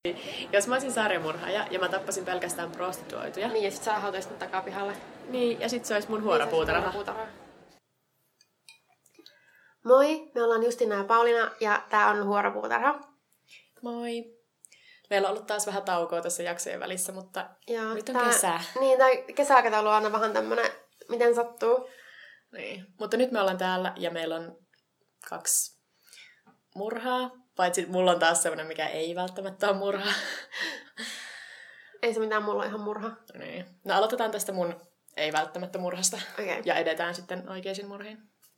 Jos mä olisin sarjamurhaaja ja mä tappasin pelkästään prostituoituja. Niin, ja sit sä hautaisit takapihalle. Niin, ja sit se olisi mun huorapuutarha. Moi, me ollaan Justina ja Pauliina ja tää on Huorapuutarha. Moi. Meillä on ollut taas vähän taukoa tässä jaksojen välissä, mutta ja nyt on kesä. Niin, tää kesäaikataulu on aina vähän tämmönen, miten sattuu. Niin, mutta nyt me ollaan täällä ja meillä on 2 murhaa. Paitsi mulla on taas semmonen, mikä ei välttämättä ole murha. Ei se mitään, mulla on ihan murha. Niin. No aloitetaan tästä mun ei välttämättä murhasta. Okay. Ja edetään sitten oikeisiin murhiin.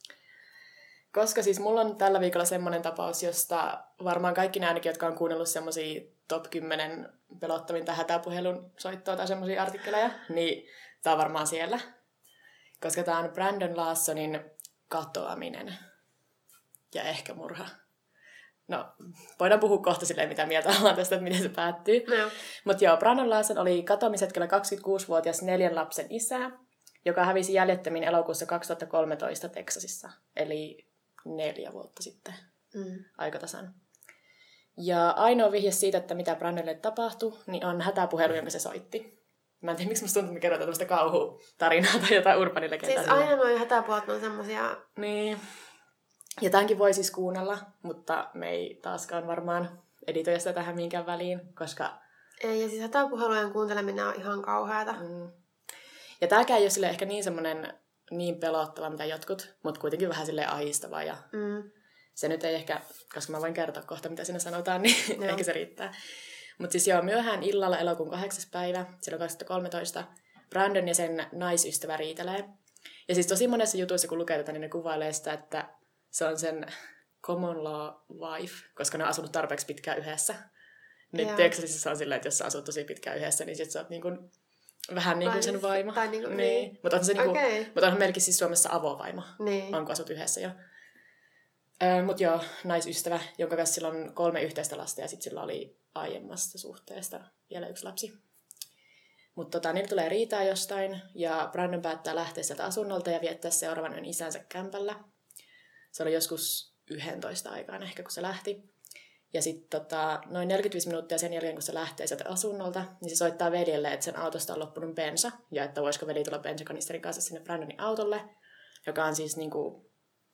Koska siis mulla on tällä viikolla semmonen tapaus, josta varmaan kaikki ne ainakin, jotka on kuunnellut semmosia top 10 pelottavinta hätäpuhelun soittoa tai semmosia artikkeleja, niin tää on varmaan siellä. Koska tää on Brandon Larsonin katoaminen. Ja ehkä murha. No, voidaan puhua kohta silleen, mitä mieltä ollaan tästä, että miten se päättyy. No. Mutta joo, Brandon Larson oli katoamishetkellä 26-vuotias 4 lapsen isä, joka hävisi jäljettömin elokuussa 2013 Teksasissa. Eli 4 vuotta sitten. Aika tasan. Ja ainoa vihje siitä, että mitä Brandonille tapahtui, niin on hätäpuhelu, jonka se soitti. Mä en tiedä, miksi musta tuntuu, että me kerrotaan tämmöistä kauhutarinaa tai jotain urbaanilegendaa. Siis aina nuo hätäpuhelut on semmosia... Niin. Ja tämänkin voi siis kuunnella, mutta me ei taaskaan varmaan editoida sitä tähän mihinkään väliin, koska... Ei, ja siis hätäpuhelujen kuunteleminen on ihan kauheata. Ja tääkään ei ole sille ehkä niin semmonen niin pelottava, mitä jotkut, mutta kuitenkin vähän silleen ahistava. Ja se nyt ei ehkä, koska mä voin kertoa kohta, mitä siinä sanotaan, niin ehkä se riittää. Mutta siis joo, myöhään illalla elokuun 8. päivä, silloin 2013, Brandon ja sen naisystävä riitelee. Ja siis tosi monessa jutuissa, kun lukee tätä, niin ne kuvailee sitä, että se on sen common law wife, koska ne on asunut tarpeeksi pitkään yhdessä. Nyt Texasissa on silleen, että jos sä asut tosi pitkään yhdessä, niin sit sä oot niinku, vähän niin kuin sen vaimo. Tai niinku, niin. Mutta onhan se niinku, mutta onhan meilläkin siis Suomessa avovaimo, niin. onko asut yhdessä jo. Mutta joo, naisystävä, jonka kanssa sillä on 3 yhteistä lasta ja sitten sillä oli aiemmasta suhteesta vielä 1 lapsi. Mutta niillä tulee riitaa jostain ja Brandon päättää lähteä sieltä asunnolta ja viettää seuraavan yön isänsä kämpällä. Se oli joskus 11 aikaan ehkä, kun se lähti. Ja sitten noin 45 minuuttia sen jälkeen, kun se lähtee sieltä asunnolta, niin se soittaa veljelle, että sen autosta on loppunut bensa. Ja että voisiko veli tulla bensakanisterin kanssa sinne Brandonin autolle, joka on siis niinku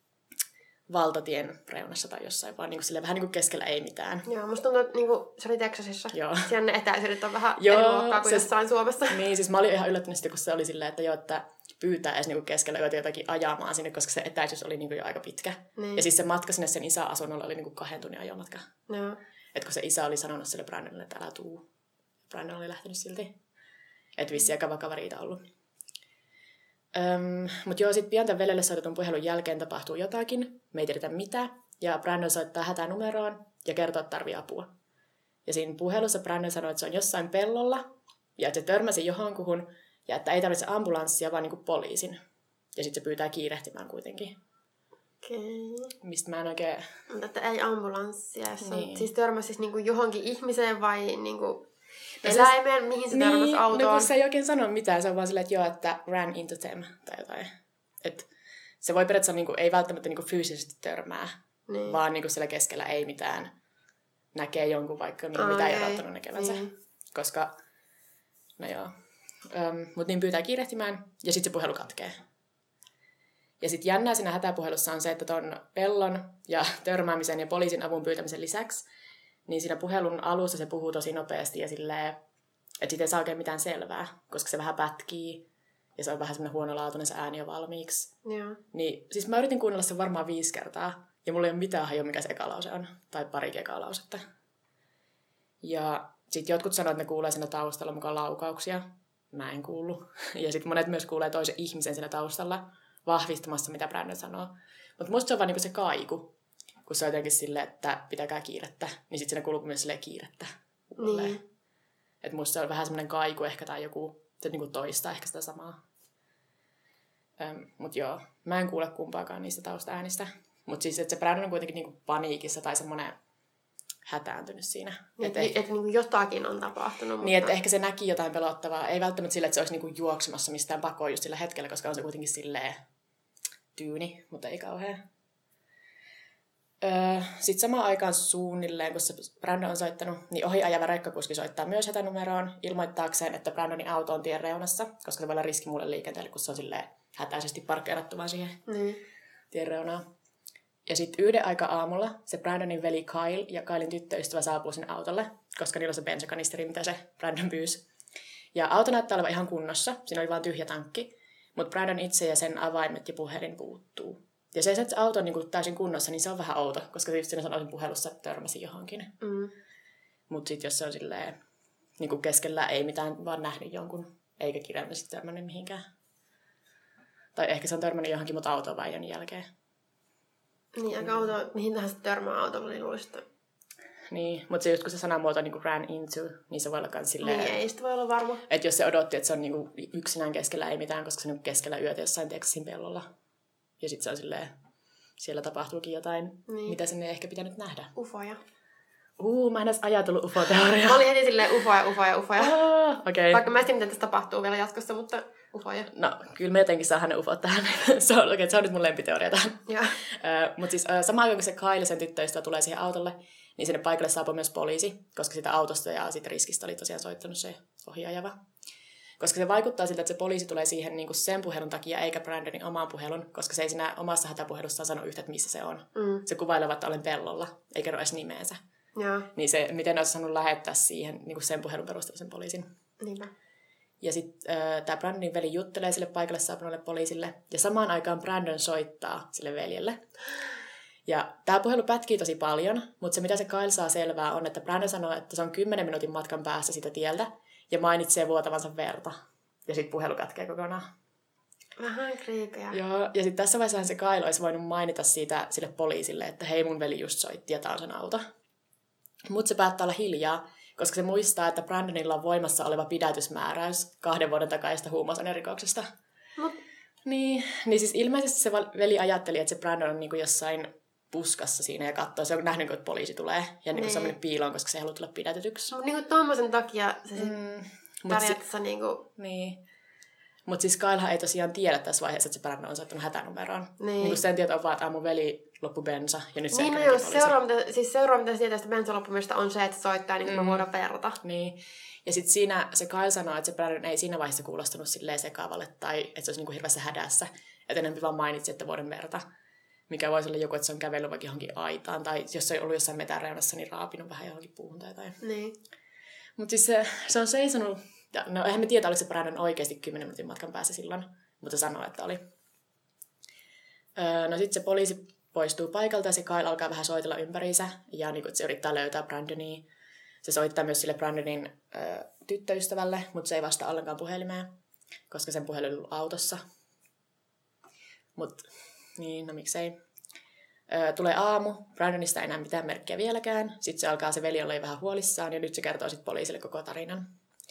valtatien reunassa tai jossain, vaan niinku silleen vähän niinku keskellä ei mitään. Joo, musta tuntuu, että niinku, se oli Teksasissa. Joo. Siellä ne etäisyydet on vähän eri luokkaa kuin jossain Suomessa. Niin, siis mä olin ihan yllättynyt sitten, kun se oli silleen, että joo, että pyytää edes niinku keskellä yötä jotakin ajamaan sinne, koska se etäisyys oli niinku jo aika pitkä. Niin. Ja siis se matka sinne sen isän asunnolle oli niinku 2 tunnin ajomatka. Joo. Että kun se isä oli sanonut sille Brandonille, että älä tuu. Brandon oli lähtenyt silti. Että vissiin aika vakava riita ollut. Mutta joo, sitten pian tämän veljelle soitetun puhelun jälkeen tapahtuu jotakin. Me ei tiedetä mitä. Ja Brandon soittaa hätänumeroon ja kertoo, että tarvii apua. Ja siinä puhelussa Brandon sanoi, että se on jossain pellolla. Ja että se törmäsi johonkuhun. Ja että ei tarvitse ambulanssia, vaan niinku poliisin. Ja sitten se pyytää kiirehtimään kuitenkin. Okei. Mistä mä en oikein... Mutta että ei ambulanssia. Niin. Siis törmäsi siis niinku johonkin ihmiseen vai niinku No eläimeen, mihin se törmäsi autoon? No kun se ei oikein sano mitään. Se on vaan silleen, että joo, että ran into them tai jotain. Että se voi periaatteessa niinku, ei välttämättä niinku fyysisesti törmää, niin. vaan niinku siellä keskellä ei mitään näkee jonkun vaikka niin, mitä ei ole ottanut näkevänsä. Niin. Koska, no joo. Mutta niin pyytää kiirehtimään ja sitten se puhelu katkee. Ja sitten jännää siinä hätäpuhelussa on se, että ton pellon ja törmäämisen ja poliisin avun pyytämisen lisäksi, niin siinä puhelun alussa se puhuu tosi nopeasti ja silleen, että siitä ei saa oikein mitään selvää, koska se vähän pätkii ja se on vähän semmoinen huonolaatuinen se ääni jo valmiiksi. Joo. Niin, siis mä yritin kuunnella sen varmaan 5 kertaa ja mulla ei ole mitään hajua, mikä se eka lause on, tai pari ekaa lausetta. Ja sitten jotkut sanoo, että ne kuulee siinä taustalla mukaan laukauksia. Mä en kuullut. Ja sitten monet myös kuulee toisen ihmisen siinä taustalla vahvistamassa, mitä Brandon sanoo. Mutta musta se on vaan niinku se kaiku, kun se on jotenkin silleen, että pitäkää kiirettä, niin sitten siinä kuuluu myös silleen kiirettä. Niin. Että musta se on vähän semmoinen kaiku ehkä tai joku, se niinku toistaa ehkä sitä samaa. Mut joo, mä en kuule kumpaakaan niistä taustaäänistä. Mut siis, että se Brandon on kuitenkin niinku paniikissa tai semmoinen hätääntynyt siinä. Että niinku jotakin on tapahtunut. Mutta... Niin, että ehkä se näki jotain pelottavaa. Ei välttämättä sille, että se olisi niinku juoksemassa mistään pakoon just sillä hetkellä, koska on se kuitenkin silleen tyyni, mutta ei kauhean. Sitten samaan aikaan suunnilleen, kun se Brandon on soittanut, niin ohi ajava rekkakuski soittaa myös hätänumeroon ilmoittaakseen, että Brandonin auto on tien reunassa, koska se voi olla riski muulle liikenteelle, kun se on silleen hätäisesti parkkeerattu vaan siihen tien reunaan. Ja sitten yhden aika aamulla se Brandonin veli Kyle ja Kylen tyttöystävä saapuu sinne autolle, koska niillä on se bensakanisteri, mitä se Brandon pyysi. Ja auto näyttää olevan ihan kunnossa, siinä oli vain tyhjä tankki, mutta Brandon itse ja sen avaimet ja puhelin puuttuu. Ja se, että se auto on niin kuin täysin kunnossa, niin se on vähän outo, koska just siinä sanoisin puhelussa, että törmäsi johonkin. Mutta sitten jos se on silleen, niin kuin keskellä ei mitään, vaan nähnyt jonkun, eikä kirjannut sitten törmännyt mihinkään. Tai ehkä se on törmännyt johonkin, mutta auto on vain jäänyt jälkeen. Niin, aika auto, mihin tahansa törmää autolla, niin luulisi, että... Niin, mutta se just kun se sanamuoto on niin kuin ran into, niin se voi olla myös silleen... Niin, ei sitä voi olla varma. Että jos se odotti, että se on niin kuin yksinään keskellä ei mitään, koska se on keskellä yötä jossain Texasin pellolla. Ja sitten se on silleen, siellä tapahtuukin jotain, mitä sen ei ehkä pitänyt nähdä. Ufoja. Mä en edes ajatellut ufo-teoriaa. Mä olin heti silleen ufoja. Okay. Vaikka mä en tiedä, mitä tässä tapahtuu vielä jatkossa, mutta ufoja. No, kyllä me jotenkin saadaan ne ufot tähän. se on nyt mun lempiteoria tähän. Mutta siis samaan aikaan, kun se Kyle sen tyttöystävä tulee siihen autolle, niin sinne paikalle saapui myös poliisi, koska sitä autosta ja siitä riskistä oli tosiaan soittanut se ohiajava. Koska se vaikuttaa siltä, että se poliisi tulee siihen niin kuin sen puhelun takia, eikä Brandonin omaan puhelun, koska se ei siinä omassa hätäpuhelussaan sano yhtä, että missä se on. Se kuvailee, että olen pellolla, eikä kerro edes nimeensä. Ja. Niin se, miten ne olisi saanut lähettää siihen niin kuin sen puhelun perusteella sen poliisin. Niinpä. Ja sitten tämä Brandonin veli juttelee sille paikalle saapuneelle poliisille, ja samaan aikaan Brandon soittaa sille veljelle. Ja tämä puhelu pätkii tosi paljon, mutta se mitä se Kyle saa selvää on, että Brandon sanoo, että se on 10 minuutin matkan päässä sitä tieltä, ja mainitsee vuotavansa verta. Ja sitten puhelu katkee kokonaan. Vähän kriipeä. Joo, ja sitten tässä vaiheessa se Kyle olisi voinut mainita siitä sille poliisille, että hei, mun veli just soitti ja tää on sen auto. Mutta se päättää olla hiljaa, koska se muistaa, että Brandonilla on voimassa oleva pidätysmääräys 2 vuoden takaisesta huumausainerikoksesta. Niin siis ilmeisesti se veli ajatteli, että se Brandon on niinku jossain puskassa siinä ja katsoo. Se on nähnyt, että poliisi tulee ja niinku se on mennyt piiloon, koska se ei halua tulla pidätetyksi. Mutta niinku tommosen takia se periaatteessa niinku... Niin. Mutta siis Kylehan ei tosiaan tiedä tässä vaiheessa, että se Brandon on soittanut hätänumeroon. Niin. Sen tieto on vaan, että mun veli loppu bensa ja nyt se niin, ehkä seuraava, mitä se tietää sitä bensan loppumista on se, että se soittaa niin kuin vuoden verta. Niin. Ja sitten siinä se Kyle sanoo, että se Brandon ei siinä vaiheessa kuulostanut silleen sekaavalle tai että se olisi niinku hirveässä hädässä. Että enemmän vaan mainitsi, että vuoden verta. Mikä voisi olla joku, että se on kävellyt vaikka johonkin aitaan. Tai jos se on ollut jossain metän reunassa, niin raapinut vähän johonkin puuhun tai jotain. Niin. Mutta siis se on seisonut... No eihän me tiedä, oliko se Brandon oikeasti 10 minuutin matkan päässä silloin. Mutta se sanoo, että oli. No sitten se poliisi poistuu paikalta ja se Kyle alkaa vähän soitella ympäriinsä. Ja niin se yrittää löytää Brandonia. Se soittaa myös sille Brandonin tyttöystävälle, mutta se ei vastaa ollenkaan puhelimeen, koska sen puhelin on ollut autossa. Mutta niin, no miksei. Tulee aamu, Brandonista ei enää mitään merkkiä vieläkään. Sitten se alkaa se veli olla vähän huolissaan ja nyt se kertoo sitten poliisille koko tarinan.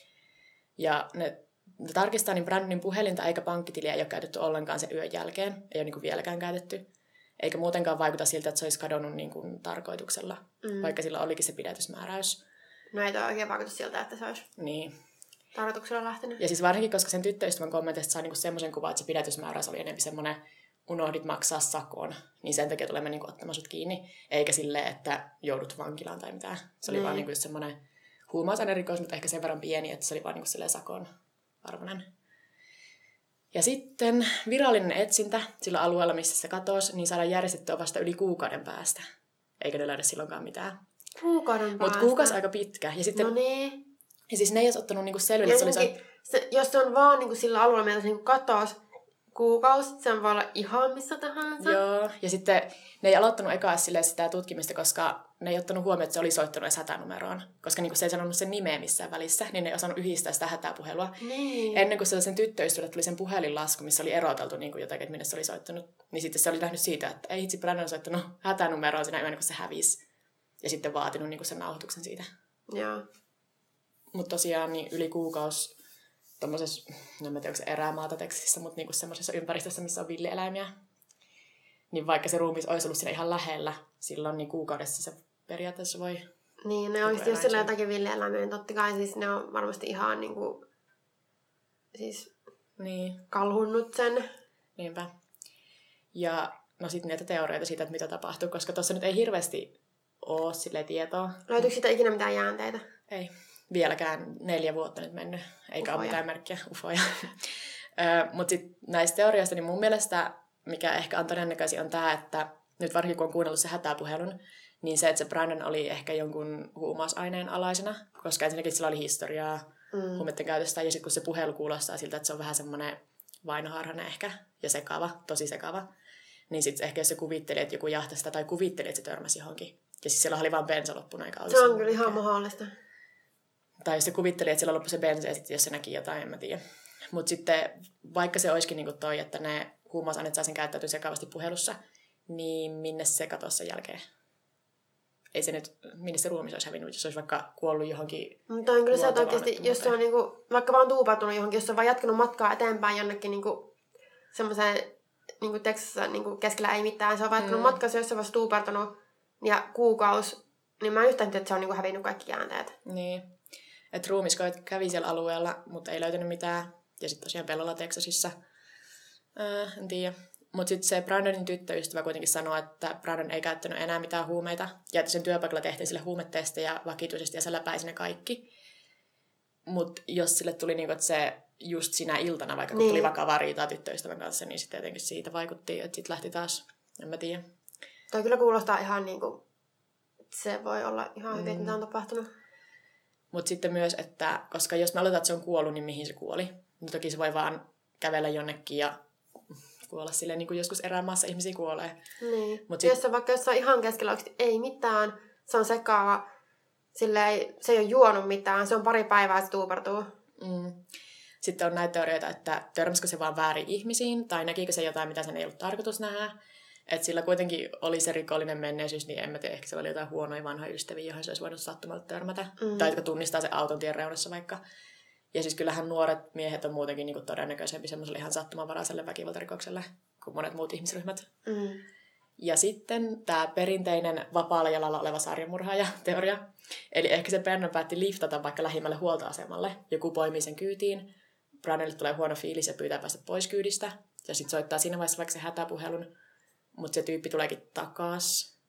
Ja ne tarkistaa niin Brandonin puhelinta eikä pankkitiliä ei ole käytetty ollenkaan sen yön jälkeen. Ei ole niin kuin vieläkään käytetty. Eikä muutenkaan vaikuta siltä, että se olisi kadonnut niin kuin tarkoituksella, vaikka sillä olikin se pidätysmääräys. No ei toi oikein vaikuta siltä, että se olisi tarkoituksella lähtenyt. Ja siis varsinkin, koska sen tyttöystävän kommenteista saa niinku semmoisen kuvan, että se pidätysmääräys oli enemmän semmoinen unohdit maksaa sakon, niin sen takia tulemme niinku ottamaan sut kiinni, eikä silleen, että joudut vankilaan tai mitään. Se oli vaan niinku semmoinen huumausainerikos, mutta ehkä sen verran pieni, että se oli vaan niinku silleen sakon arvoinen. Ja sitten virallinen etsintä sillä alueella, missä se katosi, niin saadaan järjestettyä vasta yli kuukauden päästä. Eikä ne löydä silloinkaan mitään. Kuukauden päästä? Mutta kuukausi aika pitkä. Ja sitten, no niin. Ja siis ne ei olisi ottanut niinku selville, että se oli... jos se on vaan niinku sillä alueella, meillä se niinku katosi kuukausi, se voi olla ihan missä tahansa. Joo, ja sitten ne ei aloittanut ekaa sitä tutkimista, koska ne ei ottanut huomioon, että se oli soittanut edes hätänumeroon. Koska niinku se ei sanonut sen nimeä missään välissä, niin ne ei osannut yhdistää sitä hätäpuhelua. Niin. Ennen kuin sen tyttöystävälle tuli sen puhelinlasku, missä oli eroteltu niinku jotakin, että minne se oli soittanut. Niin sitten se oli nähnyt siitä, että ei itse Brandon soittanut hätänumeroon siinä yönä, kun se hävisi. Ja sitten vaatinut niinku sen nauhoituksen siitä. Joo. Mutta tosiaan niin yli kuukausi tommosessa, en tiedä onko se erämaata tekstissä, mutta niinku semmoisessa ympäristössä, missä on villieläimiä. Niin vaikka se ruumis olisi ollut siinä ihan lähellä, silloin niin kuukaudessa se periaatteessa voi... Niin, ne oikeasti, jos sillä on jotakin villieläimiä, niin totta kai siis ne on varmasti ihan niinku... Siis... Niin. Kalhunnut sen. Niinpä. Ja no sitten niitä teorioita siitä, että mitä tapahtuu, koska tuossa nyt ei hirveästi ole silleen tietoa. Löytyykö siitä ikinä mitään jäänteitä? Ei. Vieläkään 4 vuotta nyt mennyt, eikä ole mitään merkkiä, ufoja. Mutta sitten näistä teorioista, niin mun mielestä, mikä ehkä on todennäköisiä, on tämä, että nyt varsinkin kun on kuunnellut se hätäpuhelun, niin se, että se Brandon oli ehkä jonkun huumausaineen alaisena, koska ensinnäkin sillä oli historiaa huumeiden käytöstä, ja sitten kun se puhelu kuulostaa siltä, että se on vähän semmoinen vainoharhainen ehkä, ja sekava, tosi sekava, niin sitten ehkä jos se kuvitteli, että joku jahtasi sitä, tai kuvitteli, että se törmäsi johonkin, ja siis siellä oli vaan bensa loppunut, eikä ollut se on kyllä ihan mahdollista. Tai jos se kuvitteli, että siellä loppui se bensa, ja sitten jos se näki jotain, en mä tiedä. Mutta sitten, vaikka se olisikin niin toi, että ne huumausaineet saa sen käyttäytyä sekavasti puhelussa, niin minne se katosi sen jälkeen? Ei se nyt, minne se ruumis olisi hävinnyt, jos olisi vaikka kuollut johonkin. Mutta on kyllä se, että oikeasti, jos se on niinku, vaikka vaan tuupautunut johonkin, jos se on vaan jatkanut matkaa eteenpäin jonnekin niinku, semmoiseen niinku Texasissa niinku keskellä ei mitään, se on vaan jatkanut matkaa, jos se on vasta tuupautunut ja kuukausi, niin mä en yhtään tiedä, että se on niinku hävinnyt kaikki jäänteet. Niin. Että ruumiskoit kävi siellä alueella, mutta ei löytänyt mitään. Ja sitten tosiaan pellolla Texasissa. En tiedä. Mutta sitten se Brandonin tyttöystävä kuitenkin sanoi, että Brandon ei käyttänyt enää mitään huumeita. Ja että sen työpaikalla tehtiin sille huumetestejä vakituisesti ja se läpäisi ne kaikki. Mutta jos sille tuli niinku, että se just sinä iltana, vaikka kun tuli vakavaa riitaa tyttöystävän kanssa, niin sitten jotenkin siitä vaikutti, että sitten lähti taas, en mä tiedä. Toi kyllä kuulostaa ihan niinku, se voi olla ihan hyvin, mitä on tapahtunut. Mutta sitten myös, että koska jos me aloitetaan, että se on kuollut, niin mihin se kuoli? Niin toki se voi vaan kävellä jonnekin ja kuolla silleen, niin kuin joskus erämaassa ihmisiä kuolee. Niin. Jos se vaikka jossain ihan keskellä ei mitään, se on sekaava, silleen, se ei ole juonut mitään, se on pari päivää, se tuupertuu. Sitten on näitä teorioita, että törmäskö se vaan väärin ihmisiin, tai näkikö se jotain, mitä sen ei ollut tarkoitus nähdä. Että sillä kuitenkin oli se rikollinen menneisyys, niin en mä tiedä, ehkä se oli jotain huonoja vanhoja ystäviä, johon se olisi voinut sattumalta törmätä. Tai jotka tunnistaa sen auton tien reunassa vaikka. Ja siis kyllähän nuoret miehet on muutenkin niin kuin todennäköisempi semmoiselle ihan sattumanvaraiselle väkivaltarikokselle kuin monet muut ihmisryhmät. Ja sitten tämä perinteinen vapaalla jalalla oleva sarjamurhaaja-teoria. Eli ehkä se Brandon päätti liftata vaikka lähimmälle huoltoasemalle. Joku poimii sen kyytiin. Brandonille tulee huono fiilis ja pyytää päästä pois kyydistä. Ja sitten soittaa siinä vaiheessa vaikka se hätäpuhelun. Mutta se tyyppi tuleekin takas.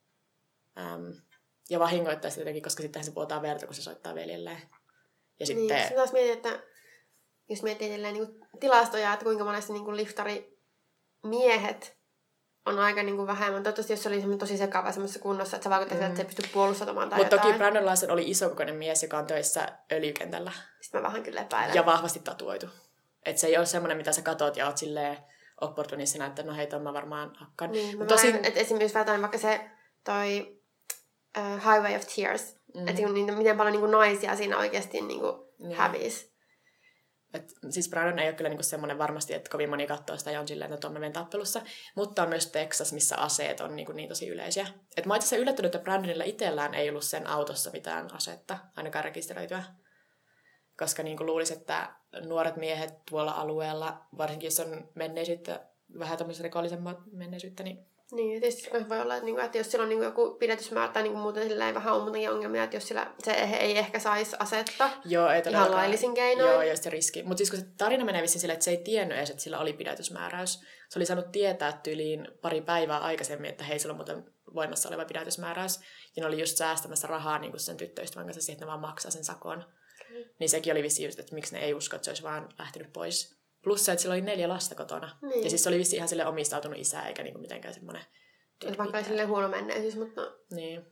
Ja vahingoittaa sitä jotenkin, koska sittenhän se vuotaa verta, kun se soittaa veljelleen. Ja sitten... Niin, taas mietin, että jos miettii niin tilastoja, että kuinka monesti niin liftarimiehet on aika niin vähemmän. Toivottavasti jos se oli tosi sekava semmoisessa kunnossa, että se vaikutti että se ei pysty puolustamaan tai jotain. Mutta toki Brandon Larsen oli isokokoinen mies, joka on töissä öljykentällä. Sitten mä vähän kyllä epäilen. Ja vahvasti tatuoitu. Että se ei ole semmoinen, mitä sä katot ja oot silleen opportunistina, että no hei, ton mä varmaan hakkaan. Niin, mä tosin... että esimerkiksi vertaan vaikka se toi Highway of Tears, että miten paljon niin naisia siinä oikeasti niin hävisi. Siis Brandon ei ole kyllä niinku semmoinen varmasti, että kovin moni katsoo sitä ja on silleen, että on menen tappelussa. Mutta on myös Texas, missä aseet on niin tosi yleisiä. Et mä oon itse yllättynyt, että Brandonilla itsellään ei ollut sen autossa mitään asetta, ainakaan rekisteröityä. Koska niin luulisi, että nuoret miehet tuolla alueella, varsinkin jos on menneisyyttä, vähän tämmöistä rikollisemmat menneisyyttä, niin... Niin, tietysti voi olla, että jos sillä on joku pidätysmäärä tai muuten sillä vähän on muutenkin ongelmia, että jos sillä, se ei ehkä saisi asetta ihan laillisin keinoin. Joo, jos se riski. Mutta siis kun se tarina menee vissiin silleen, että se ei tiennyt edes, että sillä oli pidätysmääräys. Se oli saanut tietää tyyliin pari päivää aikaisemmin, että hei, sillä on muuten voimassa oleva pidätysmääräys. Ja ne oli just säästämässä rahaa niin sen tyttöystävän kanssa siihen, että ne vaan maksaa sen sakon. Niin sekin oli vissiin just, että miksi ne ei usko, että se olisi vaan lähtenyt pois. Plus se, että sillä oli 4 lasta kotona. Niin. Ja siis se oli vissiin ihan sille omistautunut isä, eikä niinku mitenkään semmoinen... Vaikka ei silleen huono menneisyys, mutta... Niin.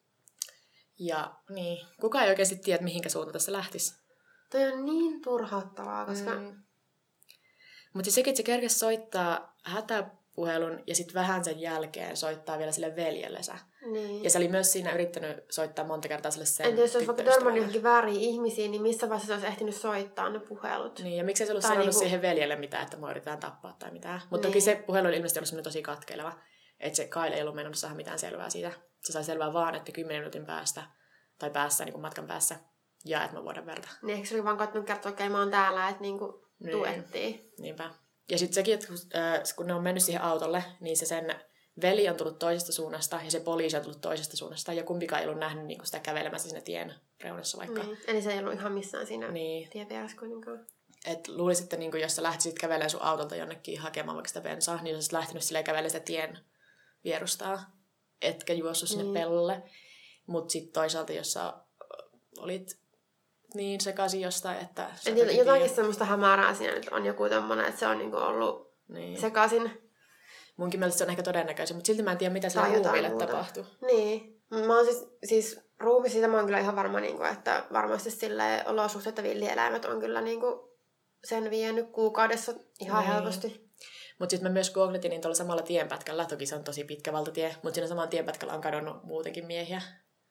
Ja niin, kukaan ei oikeasti tiedä, mihinkä suuntaan tässä lähtisi. Toi on niin turhauttavaa, koska... Mutta siis sekin, että se kerkesi soittaa hätäpuhelun ja sitten vähän sen jälkeen soittaa vielä sille veljellensä. Niin. Ja se oli myös siinä yrittänyt soittaa monta kertaa sille sen jos olisi vaikka törmännyt johonkin väärin ihmisiin, niin missä vaiheessa se olisi ehtinyt soittaa ne puhelut? Niin, ja miksei se ollut sanonut siihen veljelle mitään, että me yritetään tappaa tai mitään. Mutta toki se puhelu oli ilmeisesti ollut tosi katkeileva. Että se Kyle ei ollut meinannut saada mitään selvää siitä. Se sai selvää vaan, että 10 minuutin päästä, tai päässä, niin kuin matkan päässä, ja että mä voidaan verta. Niin, eikö se oli vaan koettanut kertoa, että mä oon täällä, että niinku tuettiin. Niinpä. Ja sitten sekin, että kun ne on mennyt siihen autolle, niin se sen veli on tullut toisesta suunnasta, ja se poliisi on tullut toisesta suunnasta, ja kumpikaan ei ollut nähnyt niin sitä kävelemässä siinä tien reunassa vaikka. Niin. Eli se ei ollut ihan missään siinä tien vieressä kuitenkaan. että luulisit, että niin jos sä lähtisit kävelemään sun autolta jonnekin hakemaan vaikka sitä bensaa, niin sä olisit lähtenyt silleen kävelemään sitä tien vierustaa, etkä juossut sinne pellolle. Mutta sitten toisaalta, jos sä olit niin sekaisin jostain, että... Jotakin semmoista hämärää siinä nyt on joku tommonen, että se on niinku ollut sekaisin. Munkin mielestä se on ehkä todennäköistä, mutta silti mä en tiedä, mitä sillä ruumiille tapahtuu. Niin. Mä oon siis ruumi, siitä mä oon kyllä ihan varma, niinku, että varmasti silleen olosuhteet ja villieläimet on kyllä niinku sen vienyt kuukaudessa ihan helposti. Mutta sitten mä myös googletin niin tuolla samalla tienpätkällä, toki se on tosi pitkä valtatie, mutta siinä samalla tienpätkällä on kadonnut muutenkin miehiä.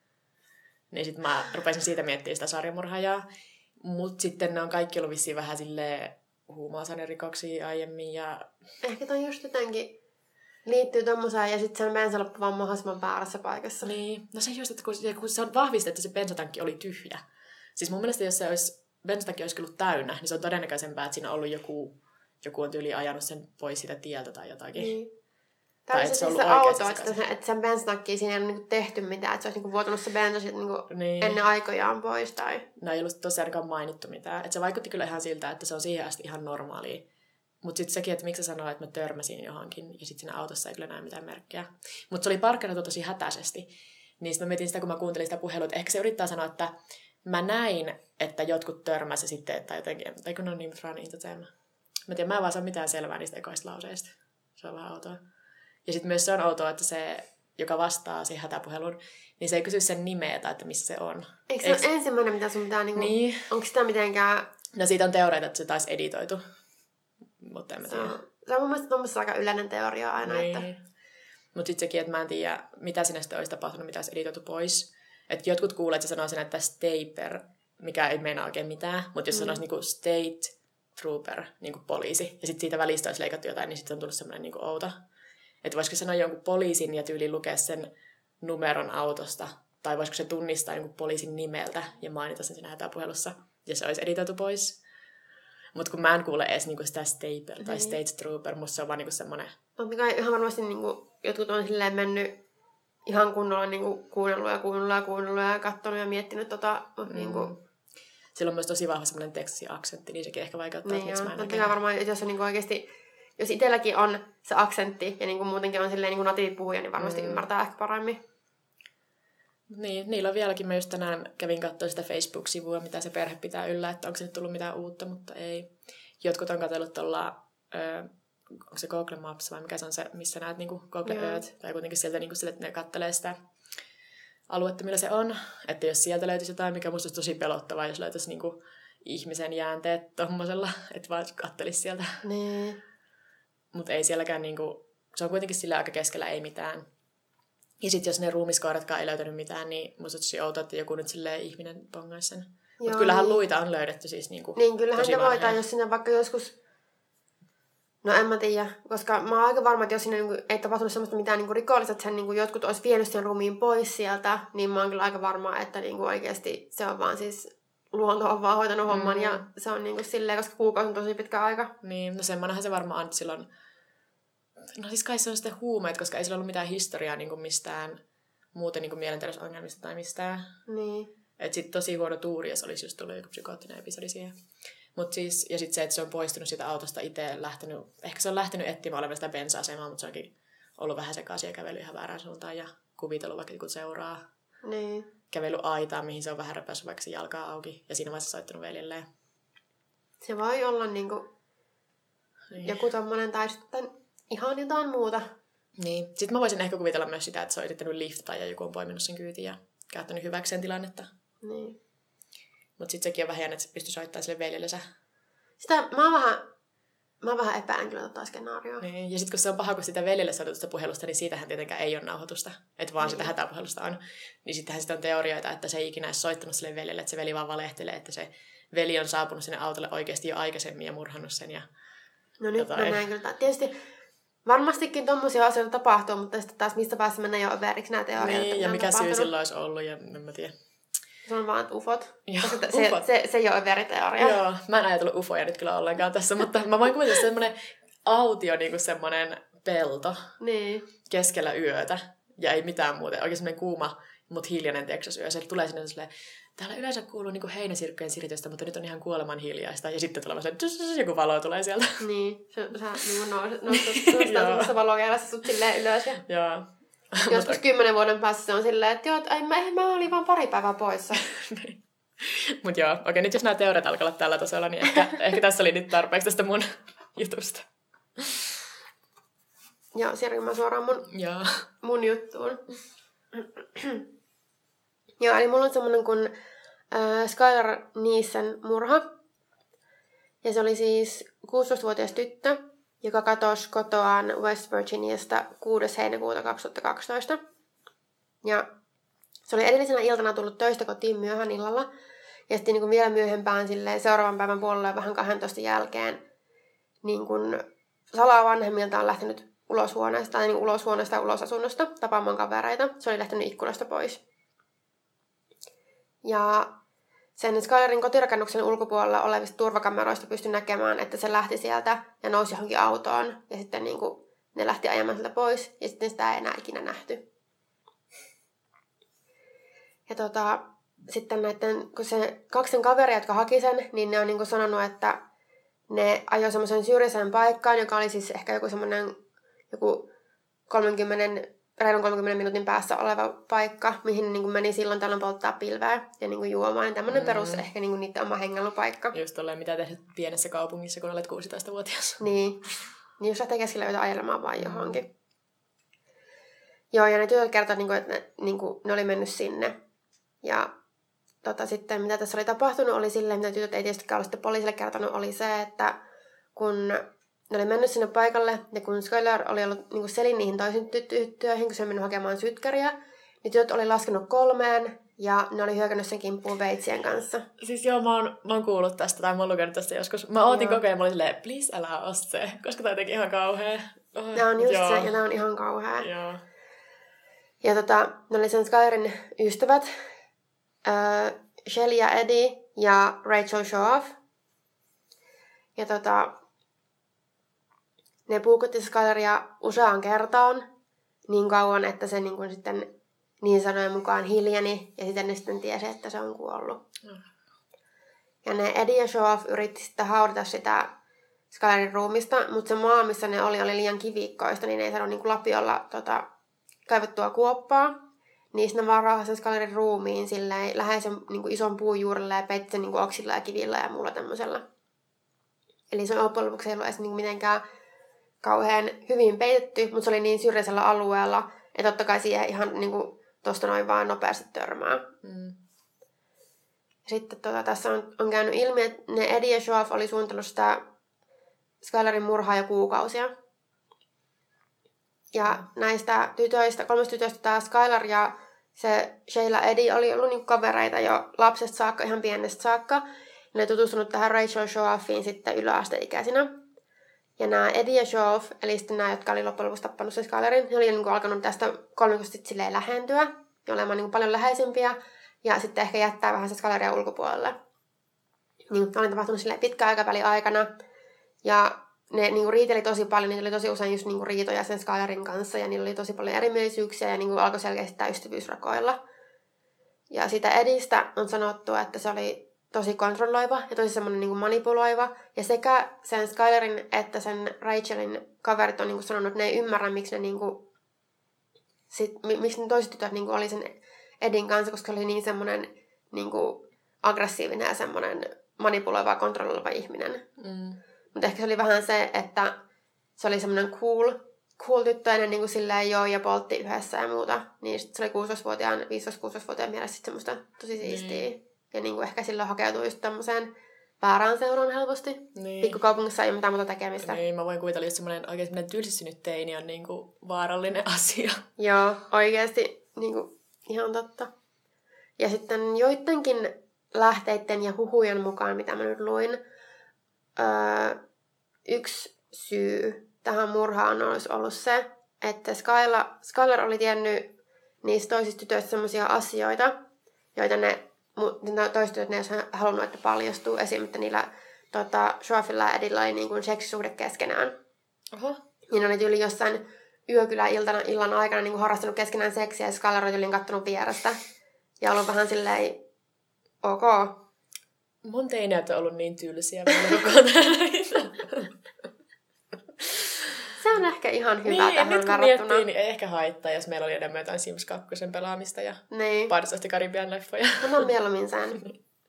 Niin sitten mä rupesin siitä miettimään sitä sarjamurhaajaa. Mutta sitten ne on kaikki ollut vissiin vähän silleen huumausainerikoksia aiemmin. Ja... Ehkä toi just jotenkin liittyy tommoseen ja sitten sen bensa loppu vaan mahdollisimman väärässä paikassa. Niin. No se just, että kun se on vahvistettu, että se bensatankki oli tyhjä. Siis mun mielestä jos se bensatankki olisi ollut täynnä, niin se on todennäköisempää, että siinä on ollut joku on tyyliin ajanut sen pois siitä tieltä tai jotakin. Niin. Tai että se on ollut auto, että sen bensatankkiin siinä ei ole niinku tehty mitään, että se olisi niinku vuotanut se bensa ennen aikojaan pois. Tai... No ei ollut tosiaankaan mainittu mitään. Et se vaikutti kyllä ihan siltä, että se on siihen asti ihan normaalia. Mutta sitten sekin, että miksi sä sanoit, että mä törmäsin johonkin ja sitten siinä autossa ei kyllä näe mitään merkkiä. Mutta se oli parkkeerattu tosi hätäisesti. Niin sitten mä mietin sitä, kun mä kuuntelin sitä puhelua, että ehkä se yrittää sanoa, että mä näin, että jotkut törmäsi sitten, tai jotenkin, eikö ne ole niin run into them. Mä tiedän, mä en vaan saa mitään selvää niistä ekoista lauseista. Se on vähän outoa. Ja sitten myös se on outoa, että se, joka vastaa siihen hätäpuheluun, niin se ei kysy sen nimeä tai että missä se on. Eikö se ole ensimmäinen, mitä sun pitää niinku... Niin. Onko sitä mitenkään... No siitä on teoreita, että se taisi editoitu. Mutta en mä tiedä. Se on mun mielestä tuommoista aika yleinen teoria aina. Niin. Että... Mutta sitten sekin, että mä en tiedä, mitä sinne sitten olisi tapahtunut, mitä olisi editoitu pois. Että jotkut kuulee, että se sanoo sen, että staper, mikä ei meinaa oikein mitään. Mutta jos sanoisi niinku state trooper, niinku poliisi, ja sitten siitä välistä olisi leikattu jotain, niin sitten on tullut semmoinen niinku outo. Että voisiko sanoa jonkun poliisin ja tyyliin lukea sen numeron autosta, tai voisiko se tunnistaa jonkun poliisin nimeltä ja mainita sen siinä hätäpuhelussa, ja se olisi editoitu pois. Mutta kun mä en kuule edes niinku sitä staper tai state trooper, musta se on vaan niinku semmoinen... Mutta ihan varmasti niinku, jotkut on silleen mennyt ihan kunnolla niinku, kuunnellut ja katsonut ja miettinyt niinku... Sillä on myös tosi vahva semmoinen tekstiaksentti, niin sekin ehkä vaikuttaa, niin että miksi mä en varmaan, että jos on niinku oikeasti... Jos itselläkin on se aksentti ja niinku muutenkin on silleen niinku natiivipuhuja, niin varmasti ymmärtää ehkä paremmin. Niin, niillä on vieläkin. Mä just tänään kävin katsoa sitä Facebook-sivua, mitä se perhe pitää yllä, että onko se nyt tullut mitään uutta, mutta ei. Jotkut on katsellut tuolla, onko se Google Maps vai mikä se on se, missä näet niinku Google Earth, tai kuitenkin sieltä niinku sille, että ne kattelee sitä aluetta, millä se on. Että jos sieltä löytyisi jotain, mikä musta olisi tosi pelottavaa, jos löytäisi niinku ihmisen jäänteet tommosella, että vaan kattelisi sieltä. Niin. Mutta ei sielläkään niinku, se on kuitenkin sillä aika keskellä ei mitään. Ja sitten jos ne ruumiskaaretkaan ei löytänyt mitään, niin musta on tosi outoa, että joku nyt silleen ihminen pongaisi sen. Mutta kyllähän niin. Luita on löydetty siis niinku niin, kyllähän ne voidaan, jos sinne vaikka joskus... No en mä tiedä, koska mä oon aika varma, että jos sinne niinku ei tapahtunut semmoista mitään niinku rikollista, että sen niinku jotkut olisi vienyt sen ruumiin pois sieltä, niin mä oon kyllä aika varma, että niinku oikeasti se on vaan siis... Luonto on vaan hoitanut homman ja se on niinku silleen, koska kuukausi on tosi pitkä aika. Niin, no semmoinenhan se varmaan on silloin... No siis kai se on sitten huumeet, koska ei sillä ollut mitään historiaa niinku mistään muuten niinku mielenterveysongelmista tai mistään. Niin. Että sit tosi huono tuuri, jos olisi just tullut joku psykoottinen episodi siihen. Mut siis, ja sitten se, että se on poistunut siitä autosta itse lähtenyt... Ehkä se on lähtenyt etsimään olevan sitä bensa-asemaa, mutta se onkin ollut vähän sekaisin ja kävellyt ihan väärään suuntaan ja kuvitellut vaikka joku seuraa. Niin. Kävellyt aitaan, mihin se on vähän repässyt vaikka se jalkaa auki ja siinä vaiheessa soittanut veljelleen. Se voi olla niinku joku tommonen tai sitten ihan jotain muuta. Niin. Sitten mä voisin ehkä kuvitella myös sitä, että se on yrittänyt liftata ja joku on poiminut sen kyytiin ja käyttänyt hyväkseen tilannetta. Niin. Mutta sitten sekin on vähän jännä, että se pystyy soittamaan sille veljellensä. Sitä mä vähän epäilen kyllä tota skenaarioa. Niin. Ja sitten kun se on paha, kun sitä veljelle soitetusta puhelusta, niin siitähän tietenkään ei ole nauhoitusta. Että vaan sitä hätäpuhelusta on. Niin sittenhän sitten on teorioita, että se ei ikinä edes soittanut sille veljelle, että se veli vaan valehtelee, että se veli on saapunut sinne autolle oikeasti jo aikaisemmin ja murhannut sen. Ja no nyt mä näin kyllä. Tietysti varmastikin tommosia asioita tapahtuu, mutta sitten taas mistä päässä mennään jo överiksi nämä teorioita. Niin, ja mikä syy sillä olisi ollut, ja en mä tiedä. Se on vaan ufot. Joo, ufot. Se ei ole överiteoria. Joo, mä en ajatellut ufoja nyt kyllä ollenkaan tässä, mutta mä voin kuvitella semmoinen autio, niinku semmoinen pelto keskellä yötä, ja ei mitään muuta. Oikein semmoinen kuuma, mutta hiljainen Texas-yö. Se tulee sinne silleen täällä yleensä kuuluu niinku heinäsirkkojen siritystä, mutta nyt on ihan kuoleman hiljaista. Ja sitten tulee se joku valo tulee sieltä. Niin, sä niinku nostaa semmoista valokeilassa sut silleen ylös. Joo. Joskus 10 vuoden päässä se on silleen, että joo, mä olin vaan pari päivää poissa. Mut joo, okei, nyt jos nämä teoriat alkaa olla tällä tasolla, niin ehkä tässä oli nyt tarpeeksi tästä mun jutusta. Joo, siirryn mä suoraan mun juttuun. Joo, eli mulla on semmonen kuin Skylar Neeson murha. Ja se oli siis 16-vuotias tyttö, joka katosi kotoaan West Virginiasta 6. heinäkuuta 2012. Ja se oli edellisenä iltana tullut töistä kotiin myöhään illalla. Ja sitten niin kuin vielä myöhempään seuraavan päivän puolella vähän 12 jälkeen niin kuin salaa vanhemmiltaan lähtenyt uloshuoneesta ja ulosasunnosta tapaamaan kavereita. Se oli lähtenyt ikkunasta pois. Ja sen Skylarin kotirakennuksen ulkopuolella olevista turvakameroista pystyi näkemään, että se lähti sieltä ja nousi johonkin autoon. Ja sitten niin kuin, ne lähti ajamaan sieltä pois ja sitten sitä ei enää ikinä nähty. Ja sitten kun se 2 kaveria, jotka haki sen, niin ne on niin kuin sanonut, että ne ajoi semmoisen syrjäiseen paikkaan, joka oli siis ehkä joku reilun 30 minuutin päässä oleva paikka, mihin ne niin kuin meni silloin tällöin polttaa pilveä ja niin kuin juomaan. Tämmöinen perus ehkä niin kuin niiden oma hengailupaikka. Just tolleen, mitä tehdä pienessä kaupungissa, kun olet 16-vuotias. Niin jos lähtee keskellä yötä ajelemaan vaan johonkin. Joo, ja ne tytöt kertovat, että ne oli mennyt sinne. Ja sitten mitä tässä oli tapahtunut oli silleen, mitä tytöt ei tietystikään ole sitten poliisille kertonut, oli se, että kun ne oli mennyt sinne paikalle, ja kun Skylar oli ollut niin selin niihin toisiin tyttöihin, kun se oli mennyt hakemaan sytkäriä, niin tytöt oli laskenut 3, ja ne oli hyökännyt sen kimppuun veitsien kanssa. Siis joo, mä oon kuullut tästä, tai mä oon lukenut tästä joskus. Mä ootin koko ajan, mä olin silleen, please älä oo se, koska tää jotenkin ihan kauhea. Tää on just se, ja tää on ihan kauhea. Joo. Ja ne oli sen Skylarin ystävät, Shelly ja Eddie ja Rachel Shoaff. Ja ne puukotti Skylaria useaan kertaan niin kauan, että se sitten niin sanojen mukaan hiljeni ja sitten ne sitten tiesi, että se on kuollut. Ja ne Eddie ja Shoaff yritti sitten haudata sitä Skylarin ruumista, mutta se maa, missä ne oli liian kivikkoista, niin ne ei saanut lapiolla kaivettua kuoppaa. Niin sitten ne vaan raahasi sen Skylarin ruumiin silleen läheisen ison puun juurelle ja peitti sen oksilla ja kivillä ja muulla tämmöisellä. Eli se loppujen lopuksi ei ollut edes mitenkään kauhean hyvin peitetty, mutta se oli niin syrjäisellä alueella, että totta kai siihen ihan tosta noin vaan nopeasti törmää. Sitten tässä on käynyt ilmi, että ne Eddie ja Shoaff oli suunnitellut sitä Skylarin murhaa jo kuukausia. Ja näistä 3 tytöistä tämä Skylar ja se Sheila Eddie oli ollut kavereita jo lapsesta saakka, ihan pienestä saakka. Ja ne tutustunut tähän Rachel Shoaffiin sitten yläasteikäisinä. Ja nämä Eddie ja Shoaff, eli sitten nämä, jotka oli loppujen lopuksi tappanut sen Skylarin, ne oli alkanut tästä kolmikosti silleen lähentyä ja olemaan paljon läheisempiä. Ja sitten ehkä jättää vähän se Skylaria ulkopuolelle. Oli tapahtunut silleen pitkän aikavälin aikana. Ja ne riiteli tosi paljon, niitä oli tosi usein just riitoja sen Skylarin kanssa ja niillä oli tosi paljon erimielisyyksiä ja alkoi selkeästi tämä ystävyysrakoilla. Ja sitä Edistä on sanottu, että se oli tosi kontrolloiva ja tosi semmoinen manipuloiva. Ja sekä sen Skylarin että sen Rachelin kaverit on sanonut, että ne ei ymmärrä, miksi miksi ne toiset tytöt oli sen Edin kanssa, koska se oli niin semmoinen aggressiivinen ja semmoinen manipuloiva ja kontrolloiva ihminen. Mutta ehkä se oli vähän se, että se oli semmoinen cool tyttö ennen silleen joo ja poltti yhdessä ja muuta. Niin se oli 15-16-vuotiaan mielessä sit semmoista tosi siistiä. Ja ehkä silloin hakeutui just tämmöiseen väärään seuraan helposti. Niin. Pikkukaupungissa ei ole mitään muuta tekemistä. Niin, mä voin kuvitella, että semmoinen oikein tylsistynyt teini on vaarallinen asia. Joo, oikeasti ihan totta. Ja sitten joidenkin lähteiden ja huhujen mukaan, mitä mä nyt luin, yksi syy tähän murhaan olisi ollut se, että Skylar oli tiennyt niistä toisista tytöistä sellaisia asioita, joita ne toiset tytöt ne ei olisi halunnut, että paljastuu. Esim. Että niillä Shoaffilla ja Edillä oli seksisuhde keskenään. Oho. Niin ne oli tyyli jossain illan aikana harrastanut keskenään seksiä ja Skylar oli tyyliin kattonut vierestä. Ja ollut vähän silleen ok. Mun teinät on ollut niin tylsiä vielä kokonaan. Se on ehkä ihan hyvä niin, tähän nyt kun verrattuna. miettii, niin ei ehkä haittaa, jos meillä oli enemmän jotain Sims 2 pelaamista ja Niin. Pirates of the Caribbean leffoja. Annan mieluummin sen.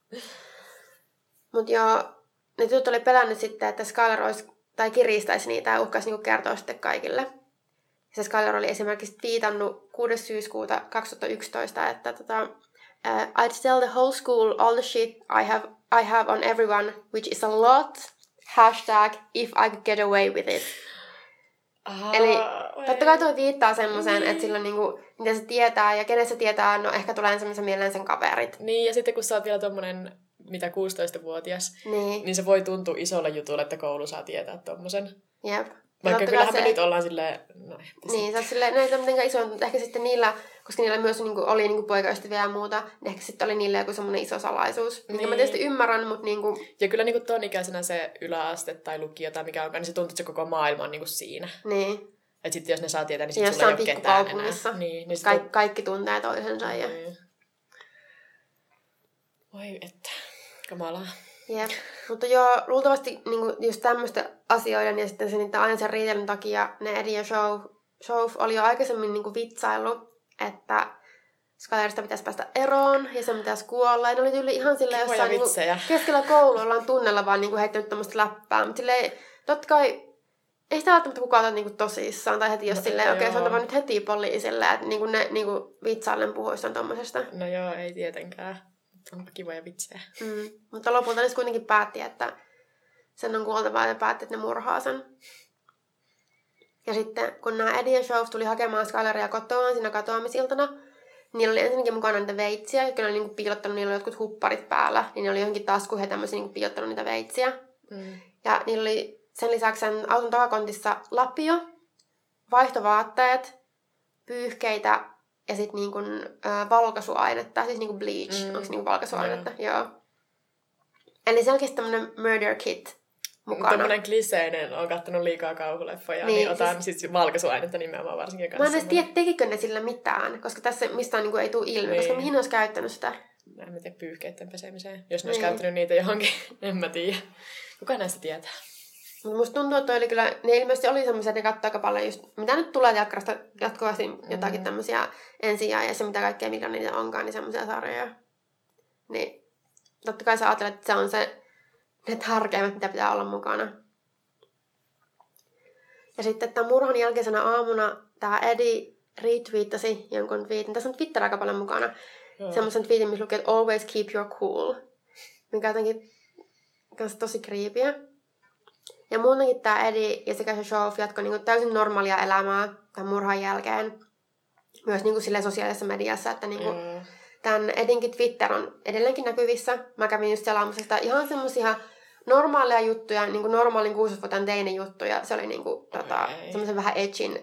Mut joo, ne tytöt oli pelännyt sitten, että Skylar olisi, tai kiristäisi niitä ja uhkaisi niinku kertoa sitten kaikille. Se Skylar oli esimerkiksi viitannut 6. syyskuuta 2011, että I'd tell the whole school all the shit I have on everyone, which is a lot. Hashtag if I could get away with it. Eli totta kai toi viittaa semmoiseen, että sillä niinku, mitä se tietää ja kenestä tietää, no ehkä tulee semmoisen mieleen sen kaverit. Niin, ja sitten kun sä oot vielä tommonen, mitä 16-vuotias, niin se voi tuntua isolle jutulle, että koulu saa tietää tommosen. Jep. Vaikka kyllähän me nyt ollaan silleen, no niin, se on silleen, näitä on mitenkään isoja, mutta ehkä sitten niillä, koska niillä myös niinku, oli niinku poikaystäviä ja muuta, niin ehkä sitten oli niillä joku semmoinen iso salaisuus. Minkä mä tietysti ymmärrän, mutta niinku... Ja kyllä niinku ton ikäisenä se yläaste tai lukio tai mikä onkaan, niin se tuntuu, että se koko maailma on niinku siinä. Niin. Että sitten jos ne saa tietää, niin sitten sulla ei ole ketään enää. Niin kaikki tuntee toisensa. Ja... Voi että, kamalaa. Jep. Mutta joo, luultavasti niinku, just tämmöistä asioiden ja sitten niitä aina sen riitelyn takia ne Eddie ja Shouf oli jo aikaisemmin niinku vitsaillut, että Skylarista pitäisi päästä eroon ja se pitäisi kuolla. Ja ne oli tyyli ihan silleen jossain niinku, keskellä koulua ollaan tunnella vaan niinku heittänyt tämmöistä läppää. Mutta silleen, totta kai ei sitä välttämättä kukaan ota niinku tosissaan tai heti jos silleen, okei, sanotaan vaan nyt heti poliisille, että niinku ne niinku vitsailen puhuissaan tommosesta. No joo, ei tietenkään. Onpa kivoja vitsejä. Mutta lopulta ne kuitenkin päätti, että sen on kuoltava ja päätti, että ne murhaa sen. Ja sitten kun nämä Eddie ja Shouf tuli hakemaan Skylaria kotoaan siinä katoamisiltana, niillä oli ensinnäkin mukana niitä veitsiä, jotka ne oli niinku piilottanut, niillä oli jotkut hupparit päällä, niin ne oli johonkin taskuihin ja tämmöisiä niinku piilottanut niitä veitsiä. Ja niillä oli sen lisäksi sen auton takakontissa lapio, vaihtovaatteet, pyyhkeitä ja sitten niinku, valkaisuainetta, siis niinku bleach, onko se niinku valkaisuainetta? Joo. Eli selkeästi tämmönen murder kit mukana. Tämmönen kliseinen, on kattonut liikaa kauhuleffoja, niin otan siis valkaisuainetta nimenomaan varsinkin kanssa. Mä en edes tiedä, tekikö ne sillä mitään, koska tässä mistään niinku ei tule ilmi, koska mihin ne olisi käyttänyt sitä? En mä tiedä, pyyhkeiden pesemiseen. Jos ne olisi käyttänyt niitä johonkin, en mä tiedä. Kuka näistä tietää? Musta tuntuu, että oli kyllä, ne ilmeisesti oli semmoisia, että ne katsoi aika paljon just, mitä nyt tulee telkkarasta jatkuvasti jotakin tämmöisiä ensijaajia, mitä kaikkea, mikä niitä onkaan, niin semmoisia sarjoja. Niin totta kai sä ajattelet, että se on se, ne tärkeimmät, mitä pitää olla mukana. Ja sitten tämän murhan jälkeisenä aamuna tämä Eddie retweetasi jonkun tweetin, tässä on Twitter aika paljon mukana, semmoisen tweetin, missä lukee, että always keep your cool, mikä on jotenkin tosi creepyä. Ja muutenkin tämä Eddie ja sekä se Shouf jatkoi niinku täysin normaalia elämää tämän murhan jälkeen. Myös niinku silleen sosiaalisessa mediassa, että niinku tämän Edinkin Twitter on edelleenkin näkyvissä. Mä kävin just selaamassa sitä ihan semmosia normaaleja juttuja, niinku normaalin 6-vuotiaan teinin juttuja. Se oli niinku semmoisen vähän edgin,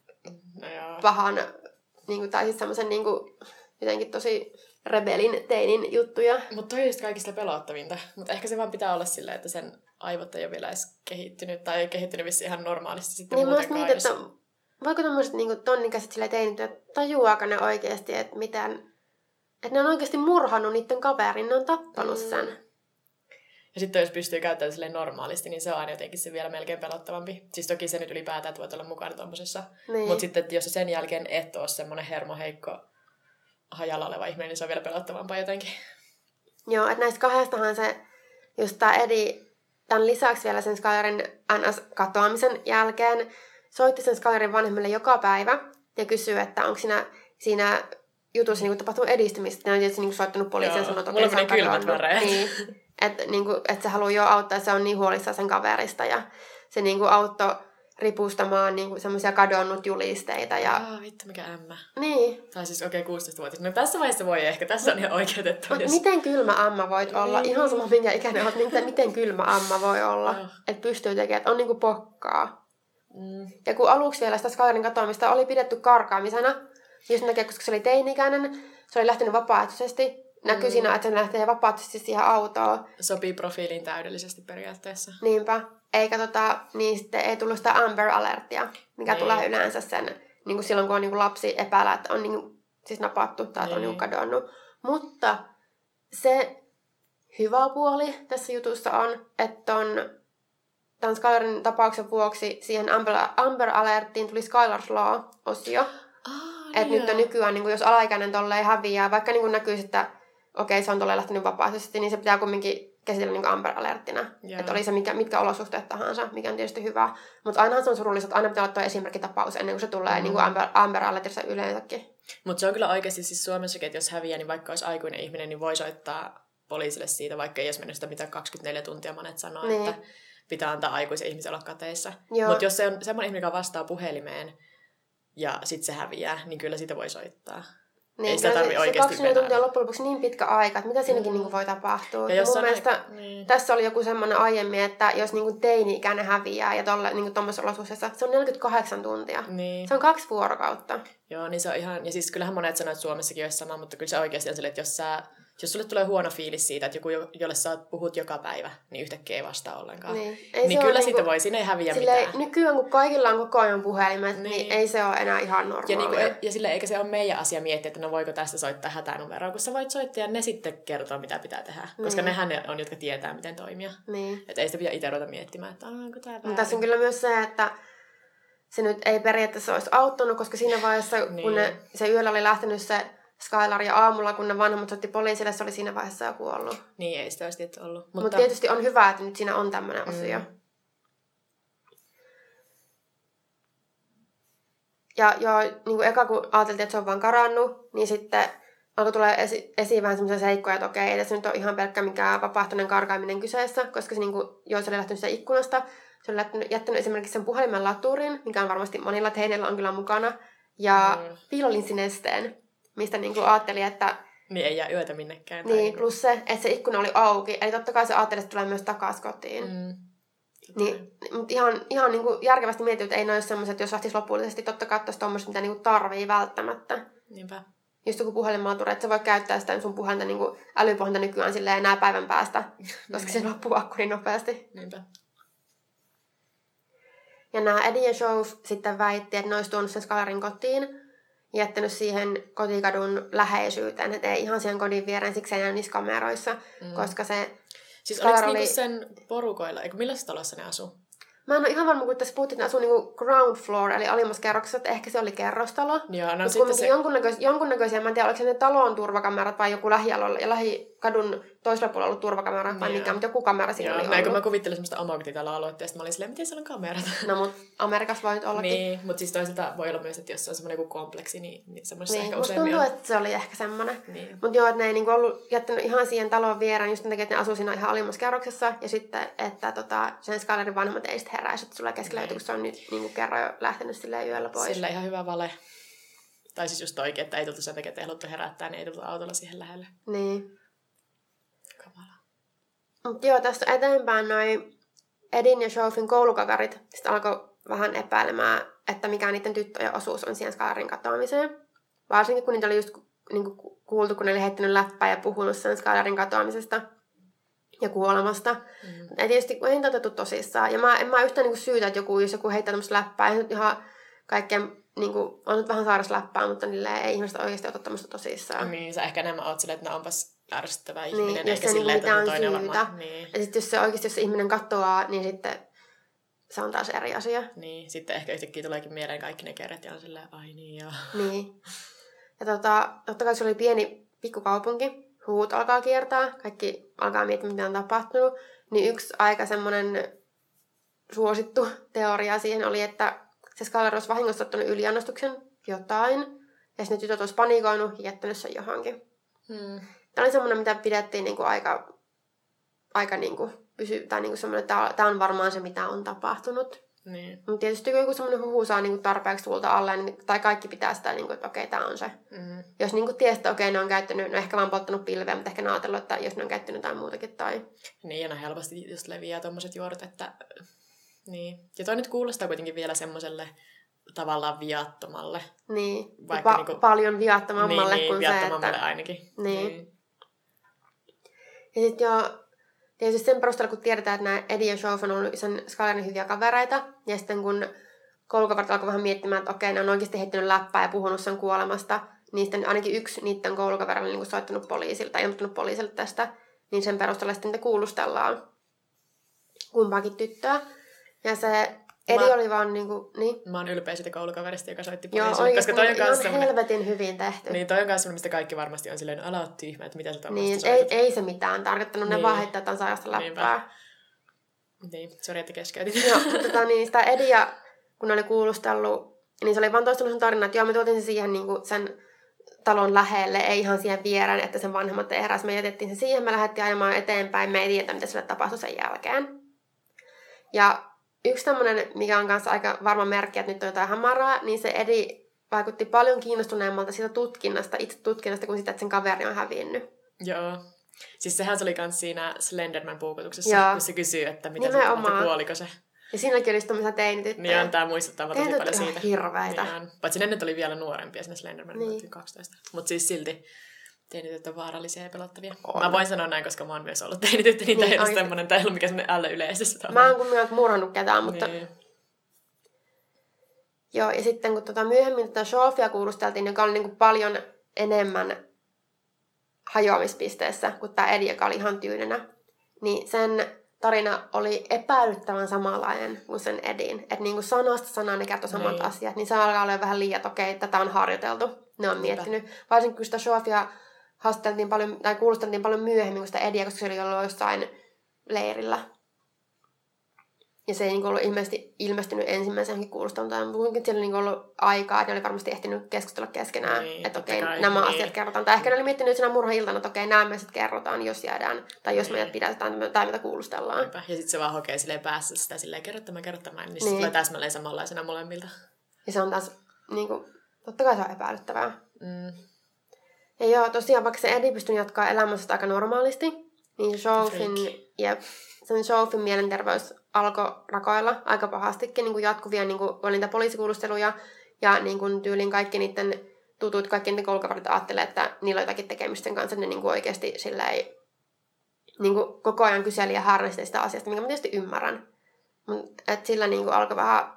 pahan, niinku, tai siis semmoisen niinku, jotenkin tosi rebelin teinin juttuja. Mutta toi on just kaikista pelottavinta. Mutta ehkä se vaan pitää olla silleen, että sen aivot ei ole vielä edes kehittynyt, tai ei kehittynyt vissiin ihan normaalisti sitten niin muutenkaan. Niin että voiko tommoset niinku tonnikäiset silleen teinit, tajuaako ne oikeesti, että miten, että ne on oikeesti murhannut niiden kaverin, ne on tappanut sen. Ja sitten jos pystyy käyttämään silleen normaalisti, niin se on aina jotenkin se vielä melkein pelottavampi. Siis toki se nyt ylipäätään, että voit olla mukana tommosessa. Niin. Mutta sitten, että jos sä sen jälkeen et ole semmonen hermoheikko, hajalla oleva ihminen, niin se on vielä pelottavampaa jotenkin. Joo, että näistä kahdestahan se, just tää Eddie, tämän lisäksi vielä sen Skylarin NS-katoamisen jälkeen, soitti sen Skylarin vanhemmille joka päivä ja kysyi, että onko siinä jutussa niinku tapahtunut edistymistä. Ne on tietysti niinku soittanut poliisiin ja sanonut, että mulla meni kylmät väreet. Niin, että niinku, se haluaa jo auttaa, se on niin huolissaan sen kaverista ja se niinku auttoi ripustamaan niinku semmoisia kadonnut julisteita. Ja... vittu mikä ämmä. Niin. Tai siis 16-vuotias. No tässä vaiheessa voi ehkä, tässä on ihan oikeutettu. Jos... Miten kylmä ämmä voit olla? Ihan sama minkä ikäinen olet, niin miten kylmä ämmä voi olla? Että pystyy tekemään, että on niinku pokkaa. Ja kun aluksi vielä sitä Skylarin katoamista oli pidetty karkaamisena, just näkee, koska se oli teini-ikäinen, se oli lähtenyt vapaaehtoisesti. Näkyy siinä, että se lähtee vapaaehtoisesti siihen autoon. Sopii profiiliin täydellisesti periaatteessa. Niinpä. Eikä niin sitten ei tullut sitä Amber Alertia, mikä tulee yleensä sen, niin kuin silloin kun on niin kuin lapsi epäillä, että on niin kuin, siis napattu tai on niin kuin kadonnut. Mutta se hyvä puoli tässä jutussa on, että tämän Skylarin tapauksen vuoksi siihen Amber Alerttiin tuli Skylar's Law-osio. Että nyt on nykyään, niin jos alaikäinen tolleen häviää, vaikka niin näkyisi, että okei, se on tolleen lähtenyt vapaaehtoisesti, niin se pitää kumminkin käsitellä niin Amber Alerttina. Että oli se mitkä olosuhteet tahansa, mikä on tietysti hyvä. Mutta ainahan se on surullista, että aina pitää olla tuo esimerkkitapaus ennen kuin se tulee niin kuin Amber Alertissa yleensäkin. Mutta se on kyllä oikeasti siis Suomessakin, että jos häviää, niin vaikka olisi aikuinen ihminen, niin voi soittaa poliisille siitä, vaikka ei edes mennyt sitä mitä 24 tuntia monet sanoo, niin. Että pitää antaa aikuisen ihmisen olla kateissa. Mutta jos se on semmoinen ihminen, joka vastaa puhelimeen ja sitten se häviää, niin kyllä siitä voi soittaa. Niin, ei sitä tarvitse oikeasti 24 tuntia on loppujen lopuksi niin pitkä aika, että mitä siinäkin niin voi tapahtua. Ja mun mielestä tässä oli joku semmoinen aiemmin, että jos niin teini-ikäinen häviää ja tuommoisessa olosuhteessa, se on 48 tuntia. Niin. Se on 2 vuorokautta. Joo, niin se on ihan, ja siis kyllähän monet sanoo, että Suomessakin olisi sama, mutta kyllä se oikeasti on silleen, että jos sulle tulee huono fiilis siitä, että joku, jolle sä puhut joka päivä, niin yhtäkkiä ei vastaa ollenkaan. Niin kyllä siitä voi, siinä ei häviä mitään. Nykyään, kun kaikilla on koko ajan puhelimet, niin ei se ole enää ihan normaalia. Ja sille eikä se ole meidän asia miettiä, että no voiko tästä soittaa hätänumeroon, kun sä voit soittaa ja ne sitten kertoo, mitä pitää tehdä. Koska nehän on, jotka tietää, miten toimia. Että ei sitä pitää itse ruveta miettimään, että onko tää väärin. Tässä on kyllä myös se, että se nyt ei periaatteessa olisi auttanut, koska siinä vaiheessa, kun se yöllä oli lähtenyt se Skylar ja aamulla, kun ne vanhemmat soitti poliisille, se oli siinä vaiheessa jo kuollut. Niin, ei sitä olisi ollut. Mutta tietysti on hyvä, että nyt siinä on tämmöinen osio. Ja niin kuin eka kun ajateltiin, että se on vaan karannut, niin sitten alkoi tulla esiin vähän semmoisia seikkoja, että okei, ei tässä nyt ole ihan pelkkä mikään vapaaehtoinen karkaaminen kyseessä, koska se, niin kuin, se oli lähtenyt siitä ikkunasta. Se oli jättänyt esimerkiksi sen puhelimen laturin, mikä on varmasti monilla teineillä on kyllä mukana, ja piilolinssinesteen, mistä niin kuin ajattelin, että niin ei jää yötä minnekään. Niin, plus se, että se ikkuna oli auki. Eli totta kai se ajatteli, että tulee myös takaisin kotiin. Niin, mutta ihan niin kuin järkevästi mietin, että ei ne ole sellaiset, jos lähtisi lopullisesti, totta kai ottaisi tommoista, mitä niin kuin tarvii välttämättä. Niinpä. Just joku puhelinmaturi, että sä voit käyttää sitä sun puhelinta niin kuin älypuhelinta nykyään silleen enää päivän päästä, koska se loppuu akku niin nopeasti. Niinpä. Ja nämä Eddie ja Shove sitten väitti, että ne olisi tuonut sen Skylarin kotiin, jättänyt siihen kotikadun läheisyyteen, että ei ihan siihen kodin viereen, siksi ei näy niissä kameroissa, koska se siis oliko niinku sen porukoilla, eikö millaisessa talossa ne asuu? Mä en ole ihan varma, kun tässä puhuttiin, että ne asuu niinku ground floor, eli alimmassa kerroksessa, että ehkä se oli kerrostalo. Joo, no mutta se jonkunnäköisiä, mä en tiedä, oliko se ne talon turvakamerat vai joku lähikadun toisella puolella ollut turvakamerat vai mikä, mutta joku kamera siinä oli ollut. Näin, kun mä kuvittelin semmoista omakotitaloaluetta, mä olin silleen, miten siellä on kamerat? No, mutta Amerikassa voi nyt ollakin. Niin, mutta siis toisaalta voi olla myös, että jos se on semmoinen joku kompleksi, niin semmoisessa ehkä useammin on. Niin, musta tuntuu, että se oli ehkä semmoinen. Niin. Mutta joo, että ne ei niinku ollut jättänyt ihan siihen talon viereen, just sen takia, että ne asuu siinä ihan alimmassa kerroksessa. Ja sitten, että sen Skylarin vanhemmat ei sitten heräisi, että sulla keskellä yötä, kun se on nyt niin kerran jo lähtenyt silleen yöllä pois. Sillä ihan hyvä vale. Tai siis just oikein, että ei tultu sen takia, että ei haluttu herättää, niin ei tultu autolla siihen lähelle. Niin. Kamalaa. Mutta joo, tästä eteenpäin noi Edin ja Shofen koulukaverit sitten alkoi vähän epäilemään, että mikä niiden tyttöjen osuus on siihen Skylarin katoamiseen. Varsinkin kun niitä oli just niinku kuultu, kun ne oli heittänyt läppää ja puhunut sen Skylarin katoamisesta ja kuolemasta. Ei tietysti ei niitä otettu tosissaan. Ja en mä yhtään niinku syytä, että jos joku heittää tämmöistä läppää, ei nyt ihan kaikkeen, niinku, on nyt vähän saaras läppää, mutta ei ihmiset oikeasti ota tämmöistä tosissaan. Niin, sä ehkä enemmän oot silleen, että no onpas ärsyttävä ihminen, niin, eikä silleen, että toinen on varmaan. Niin. Ja sitten jos se ihminen katoaa, niin sitten se on taas eri asia. Niin, sitten ehkä yhtäkkiä tuleekin mieleen kaikki ne kerrat ja on silleen, ai niin joo. Niin. Ja totta kai se oli pieni pikkukaupunki. Huut alkaa kiertää, kaikki alkaa miettiä, mitä on tapahtunut. Niin yksi aika semmoinen suosittu teoria siihen oli, että se Skylar olisi vahingossa ottanut yliannostuksen jotain. Ja sitten ne tytöt olisi panikoinut ja jättänyt sen johonkin. Tämä oli semmoinen, mitä pidettiin niinku aika niinku tai niinku semmoinen, että tämä on varmaan se, mitä on tapahtunut. Niin. Mutta tietysti kun joku semmoinen huhu saa niinku tarpeeksi tulta alle, niin, tai kaikki pitää sitä, niinku, että okei, tämä on se. Jos niinku tiesi, että okei, ne on käyttänyt, no ehkä vaan polttanut pilveä, mutta ehkä ne on ajatellut, että jos ne on käyttänyt jotain muutakin. Tai niin, ja no helposti just leviää tommoset juoret, että niin. Ja toi nyt kuulostaa kuitenkin vielä semmoselle tavallaan viattomalle. Niin, vaikka niinku paljon viattomammalle niin, kuin viattomammalle se, että ainakin. Niin. Ja sit jo tietysti sen perusteella, kun tiedetään, että nämä Eddie ja Shove on ollut sen Skylarin hyviä kavereita, ja sitten kun koulukaverit alkoi vähän miettimään, että okei, ne on oikeasti heittänyt läppää ja puhunut sen kuolemasta, niin sitten ainakin yksi niiden koulukaverilla niin soittanut poliisille tai ilmoittanut poliisille tästä, niin sen perusteella sitten niitä kuulustellaan kumpaakin tyttöä. Ja se Edi oli vaan niinku, niin. Mä oon ylpeä siitä koulukaverista, joka soitti poliisille. Koska toi on ihan helvetin hyvin tehty. Niin, toi on kanssa mistä kaikki varmasti on silleen, älä oot tyhmä, että mitä sä niin, ei se mitään tarkoittanut, ne vaan heittää tämän sairasta läppää. Niin, sori, että keskeytin. Joo, mutta niin sitä Ediä, kun ne oli kuulustellut, niin se oli vaan toistanut sen tarinan, että joo, me tuotiin se siihen niin kuin sen talon lähelle, ei ihan siihen vierään, että sen vanhemmat ei heräsi. Me jätettiin se siihen, me lähdettiin ajamaan eteenpäin, me ei tiedä, mitä sille tapahtui sen jälkeen. Ja yksi tämmöinen, mikä on kanssa aika varma merkki, että nyt on jotain hämärää, niin se Edi vaikutti paljon kiinnostuneemmalta siitä itse tutkinnasta, kuin sitä, että sen kaveri on hävinnyt. Joo. Siis sehän se oli myös siinä Slenderman-puukotuksessa, kun se kysyy, että mitä se tapahtui, kuoliko se. Ja siinäkin olisi tämmöisiä teinityttöjä. Niin, tämä muistuttaa tosi paljon siitä. Teinit hirveitä. Niin, paitsi ne nyt oli vielä nuorempia sinne Slenderman, niin. 12. Mutta siis silti teinityt on vaarallisia ja pelottavia. On. Mä voin sanoa näin, koska mä oon myös ollut teinityttö, niin tämä ei ole semmoinen, tämä ei ollut mikään semmoinen ällö yleisössä. Mä oon kumminkaan murhannut ketään, mutta... Niin. Joo, ja sitten kun myöhemmin tätä Sofia kuulusteltiin, joka oli niin kuin paljon enemmän hajoamispisteessä kuin tämä Edi, joka oli ihan tyynenä, niin sen tarina oli epäilyttävän samanlainen kuin sen Edin. Että niin kuin sanasta sanaan ne kertoi samat asiat, niin se alkaa olla vähän liian, että okei, tätä on harjoiteltu. Ne on miettinyt. Varsinkin kun sitä Sofia haasteltiin paljon, tai kuulusteltiin paljon myöhemmin kuin sitä Ediä, koska se oli ollut jossain leirillä. Ja se ei niin ollut ilmestynyt ensimmäisenkin kuulustelun, mutta siellä ei niin ollut aikaa, että ne oli varmasti ehtinyt keskustella keskenään, niin, että okei, nämä asiat kerrotaan. Tai ehkä ne oli miettinyt siinä murha-iltana, että okei, nämä asiat kerrotaan, jos jäädään, tai jos meidät pidätetään tai mitä kuulustellaan. Niinpä. Ja sitten se vaan hokee silleen päässä sitä silleen, kerro tämä, niin se tulee täsmälleen samanlaisena molemmilta. Ja se on taas, niin kuin, totta kai se on epäilyttävää. Ja joo, tosiaan vaikka se Edi pystyi jatkaa elämänsä aika normaalisti, niin sen Sofin mielenterveys alkoi rakoilla aika pahastikin niin kuin jatkuvia niin kuin, oli niitä poliisikuulusteluja ja niin kuin, tyylin kaikki niiden tutut, kaikki niiden koulukaverit ajattelee, että niillä on jotakin tekemistä sen kanssa, että ne niin kuin, oikeasti silleen, niin kuin, koko ajan kyseli ja harrasti sitä asiasta, minkä mä tietysti ymmärrän. Että sillä niin kuin, alkoi vähän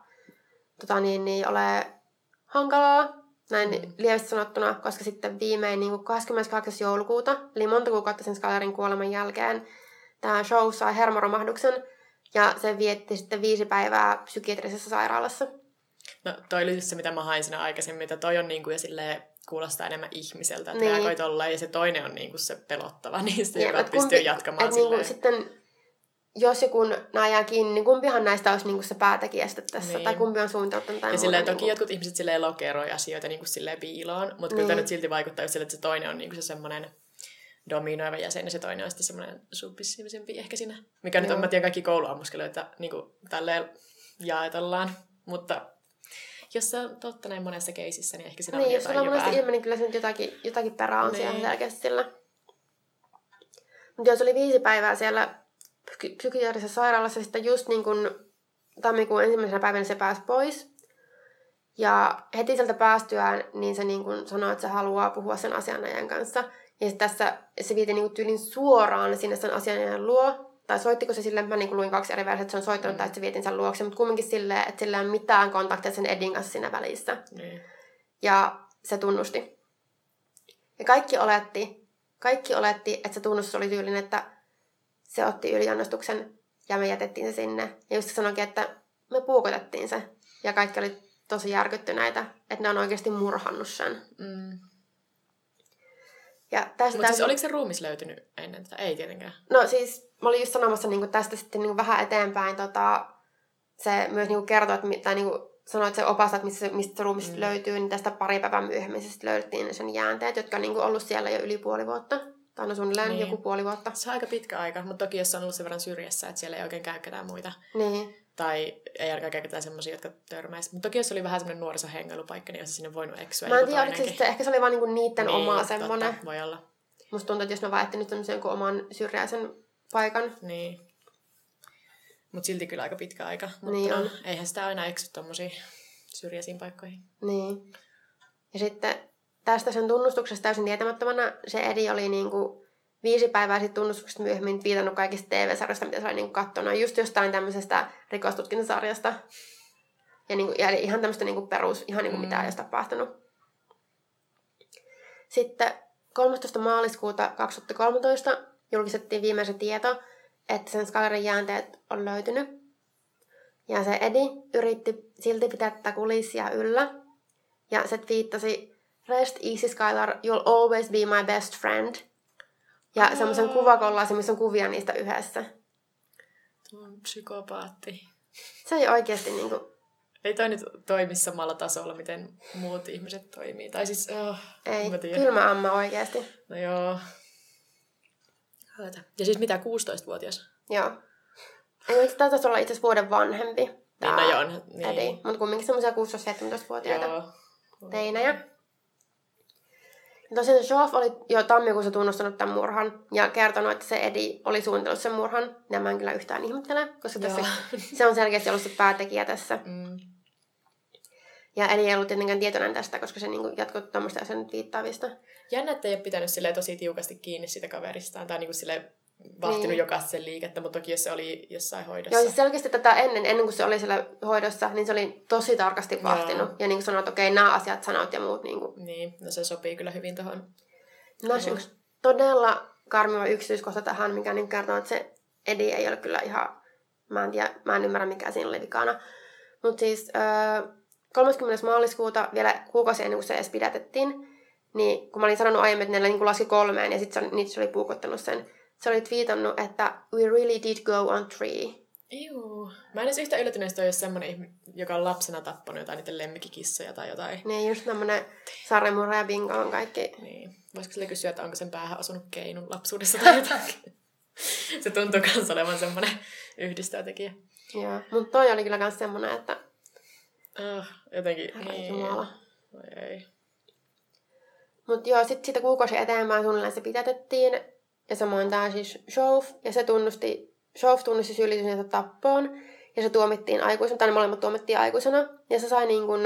ole hankalaa, näin lievästi sanottuna, koska sitten viimein niin kuin 28. joulukuuta, eli monta kuukautta sen Skylerin kuoleman jälkeen, tämä show sai hermoromahduksen ja se vietti sitten 5 päivää psykiatrisessa sairaalassa. No toi oli se, mitä mä hain siinä aikaisemmin, että toi on niinku ja silleen kuulostaa enemmän ihmiseltä, että reagoi tolleen, ja se toinen on niinku se pelottava niistä, joka pystyy jatkamaan silleen. Niinku sitten, jos ja kun nämä jää kiinni, niin kumpihan näistä olisi niinku se päätekijä tässä, niin. Tai kumpi on suunniteltu tai ja silleen toki jotkut ihmiset silleen lokeroi asioita niinku silleen piiloon, mutta kyllä nyt silti vaikuttaa silleen, että se toinen on niinku se semmoinen dominoiva jäsen, ja se toinen on sitten semmoinen submissiivisempi ehkä siinä. Mikä nyt on, mä tiedän, kaikki kouluammuskeluita niin tälleen jaetellaan. Mutta jos se on totta näin monessa keisissä, niin ehkä siinä on jotain hyvää. Niin, jos on monesti ilmeni, kyllä se nyt jotakin perää on siellä selkeästi sillä. Mutta jos oli 5 päivää siellä psykiatrisessa sairaalassa, sitten just niin kuin tammikuun 1. päivänä se pääsi pois. Ja heti sieltä päästyään, niin se niin kuin sanoi, että se haluaa puhua sen asianajajan kanssa. Ja tässä se vieti niinku tyylin suoraan sinne sen asianajajan luo. Tai soittiko se silleen, mä niinku luin 2 eri versiota, että se on soittanut tai että se vietin sen luokse. Mutta kumminkin silleen, että sillä ei ole mitään kontakteja sen Edin kanssa siinä välissä. Ja se tunnusti. Ja kaikki oletti, että se tunnustus oli tyylin, että se otti yliannostuksen ja me jätettiin se sinne. Ja just se sanoikin, että me puukotettiin se. Ja kaikki oli tosi järkyttyneitä, että ne on oikeasti murhannut sen. Mutta siis oliko se ruumis löytynyt ennen tätä? Ei tietenkään. No siis mä olin just sanomassa niin kuin tästä sitten niin kuin vähän eteenpäin. Se myös niin kuin kertoi, tai niin kuin sanoi, että se opasta, että mistä se ruumis löytyy, niin tästä 2 päivää myöhemmin se löydettiin sen jäänteet, jotka on niin kuin ollut siellä jo yli puoli vuotta. Tai no suunnilleen joku puoli vuotta. Se on aika pitkä aika, mutta toki jos on ollut sen verran syrjässä, että siellä ei oikein käy ketään muita. Niin. Tai ei ainakaan käy ketään semmoisia, jotka törmäisi. Mutta toki jos oli vähän semmoinen nuorisohengailupaikka, niin olisi sinne voinut eksyä. Mä en tiedä, ehkä se oli vaan niinku niitten oma semmoinen. Voi olla. Musta tuntuu, että jos ne vaan etsinyt semmoisen jonkun oman syrjäisen paikan. Niin. Mutta silti kyllä aika pitkä aika. Mutta niin on. Eihän sitä aina eksy tommosiin syrjäisiin paikkoihin. Niin. Ja sitten tästä sen tunnustuksesta täysin tietämättömänä se Edi oli niinku 5 päivää sitten tunnustuksesta myöhemmin viitannut kaikista TV-sarjoista, mitä se oli niinku katsonut. Just jostain tämmöisestä rikostutkintasarjasta. Ja ihan tämmöistä niinku perus, ihan niinku mitä ei olisi tapahtunut. Sitten 13. maaliskuuta 2013 julkistettiin viimeisen tieto, että sen Skylarin jäänteet on löytynyt. Ja se Eddie yritti silti pitää tätä kulissia yllä. Ja se twiittasi, "Rest easy Skylar, you'll always be my best friend." Ja semmoisen kuvakollaasin, missä on kuvia niistä yhdessä. Tuo on psykopaatti. Se ei oikeasti niinku... Ei toi nyt toimi samalla tasolla, miten muut ihmiset toimii. Tai siis, ei, kylmä amma oikeasti. No joo. Ja siis mitä, 16-vuotias? Joo. Ei tämä taisi olla itse asiassa vuoden vanhempi. Niin, no joo. Niin. Mutta kumminkin semmoisia 16-17-vuotiaita teinejä. Ja tosiaan Shoaf oli jo tammikuussa tunnustanut tämän murhan ja kertonut, että se Eddie oli suunnitellut sen murhan. Ja mä en kyllä yhtään ihmettele, koska tässä, se on selkeästi ollut se päätekijä tässä. Ja Eddie ei ollut tietenkään tietoinen tästä, koska se niinku jatkoi tuommoista sen viittaavista. Jännä, että ei ole pitänyt tosi tiukasti kiinni siitä kaveristaan. Tai niinku vahtinut jokaista sen liikettä, mutta toki jos se oli jossain hoidossa. Joo, siis selkeästi tätä ennen kuin se oli siellä hoidossa, niin se oli tosi tarkasti vahtinut. Ja niin kuin sanoit, että okei, nämä asiat sanot ja muut. Niin, no se sopii kyllä hyvin tuohon. Yksi todella karmiva yksityiskohta tähän, mikä niin kertoo, että se Eddie ei ole kyllä ihan, mä en ymmärrä mikä siinä oli vikana. Mutta siis 30. maaliskuuta, vielä kuukausi ennen kuin se edes pidätettiin, niin kun mä olin sanonut aiemmin, että ne niin laski 3 ja sitten niitä oli puukottanut sen. Se oli twiitannut, että "We really did go on 3. Juu. Mä en edes yhtä yllätynyt, että olisi semmoinen ihminen, joka on lapsena tappanut jotain niiden lemmikkikissoja tai jotain. Niin, just tämmönen sarjamurha ja bingo on kaikki. Niin. Voisiko sille kysyä, että onko sen päähän osunut keinun lapsuudessa tai jotakin? Se tuntuu kans olevan semmoinen yhdistäjätekijä. Joo, mutta toi oli kyllä kans semmoinen, että... jotenkin, niin. Jumala. Ei. Mut joo, sit siitä kuukausi eteenpäin suunnilleen se pidätettiin. Ja samoin tää siis Shoaf. Ja Shoaf tunnusti syyllisyytensä tappoon. Ja se tuomittiin aikuisena, tai ne molemmat tuomittiin aikuisena. Ja se sai niin kuin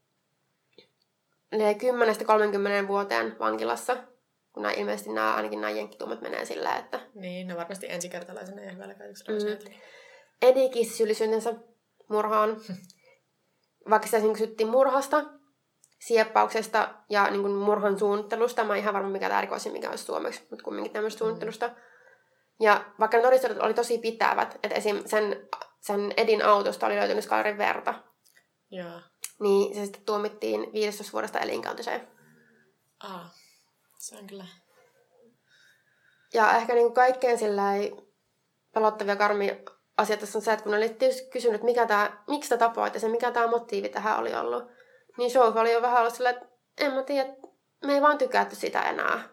10-30 vuoteen vankilassa. Kun ilmeisesti ainakin nämä jenkkituomat menee sillä, että... Niin, no varmasti ensikertalaisena ja hyvällä käytöksellä. Eddie kiisti syyllisyytensä murhaan. Vaikka sitä syttiin murhasta, sieppauksesta ja niin kuin murhan suunnittelusta. Mä en ihan varma mikä tämä erikoisin, mikä olisi suomeksi, mutta kumminkin tämmöistä suunnittelusta. Ja vaikka ne todistelut oli tosi pitävät, että esim. Sen Edin autosta oli löytynyt Skylarin verta, niin se sitten tuomittiin 15 vuodesta elinkautiseen. Se on kyllä. Ja ehkä niin kuin kaikkein pelottavia karmi asia tässä on se, että kun oli tietysti kysynyt, että miksi tämä tapoit ja mikä tämä motiivi tähän oli ollut, niin Shoaf oli jo vähän ollut sillä, että en mä tiedä, me ei vaan tykätty sitä enää.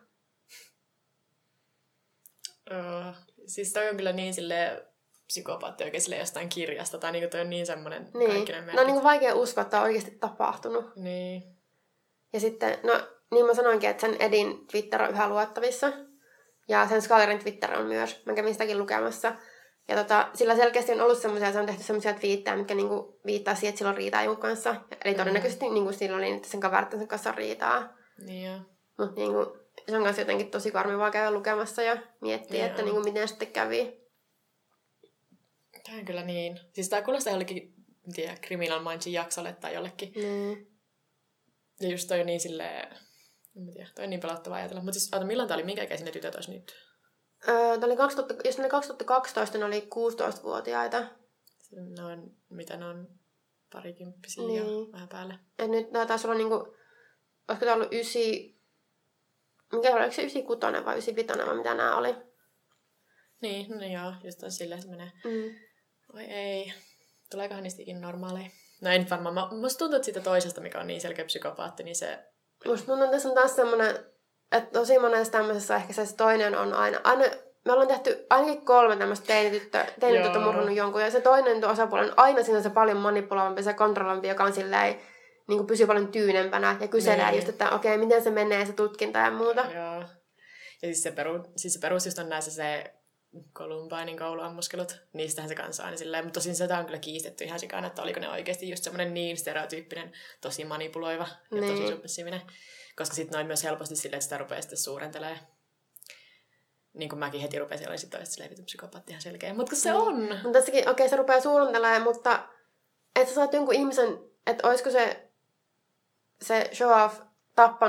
Siis toi on kyllä niin silleen psykopaatti oikein silleen jostain kirjasta, tai niinku toi on niin semmoinen kaikkinen merkitys. No on niinku vaikea uskoa, että on oikeasti tapahtunut. Niin. Ja sitten, niin mä sanoinkin, että sen Edin Twitter on yhä luettavissa. Ja sen Skylarin Twitter on myös. Mä kävin sitäkin lukemassa. Ja sillä selkeästi on ollut semmoisia, se on tehty semmoisia twiittejä, mitkä niinku viittaa siihen, että sillä on riitaa jonkun kanssa. Eli todennäköisesti niinku sillä oli sen kaverten kanssa riitaa. Niin joo. Mutta niinku, se on myös jotenkin tosi karmivaa käydä lukemassa ja miettiä, että niinku, miten sitten kävi. Tämä on kyllä niin. Siis tää kuulostaa jollekin, Criminal Mindsin jaksolle tai jollekin. Ja just toi on niin silleen, en tiedä, toi on niin pelottavaa ajatella. Mutta siis, milloin tää oli, minkä ikäisiä ne tytöt olisi nyt? Jos ne oli 2012, ne oli 16-vuotiaita. Mitä ne on, parikymppisiä niin. Ja vähän päälle. Et nyt nää taisi olla niinku, olisiko tää ollut 9, mikä oli, oliko se 96 vai 95 vai mitä nää oli? Niin, no joo, just on silleen se menee. Oi ei, tuleekohan niistä ikinä normaaleja? No ei nyt varmaan, musta tuntuu, että siitä toisesta, mikä on niin selkeä psykopaatti, niin se... Musta tuntuu, että tässä on taas semmonen, että tosi monessa tämmöisessä ehkä se toinen on aina me ollaan tehty ainakin 3 tämmöistä teinityttö murhannut jonkun, ja se toinen osapuoli on aina siinä se paljon manipuloivampi, se kontrolloimpi, joka on silleen, niin kuin pysyy paljon tyynempänä ja kyselee just, että okei, miten se menee, se tutkinta ja muuta. Joo. Ja siis se perus just on näissä se Columbinein kouluammuskelut, niistähän se kanssa aina silleen, mutta tosin sitä on kyllä kiistetty ihan sikana, että oliko ne oikeasti just semmoinen niin stereotyyppinen, tosi manipuloiva ja tosi submissiivinen. Koska sitten noin myös helposti silleen, että sitä rupeaa sitten suurentelemaan. Niin kuin mäkin heti rupesin olla sitten toista silleen, psykopaatti ihan selkeä. Mutta se on! Mutta tässäkin, se rupeaa suurentelemaan, mutta että sä saat jonkun ihmisen, että olisiko se Shoaf tappanut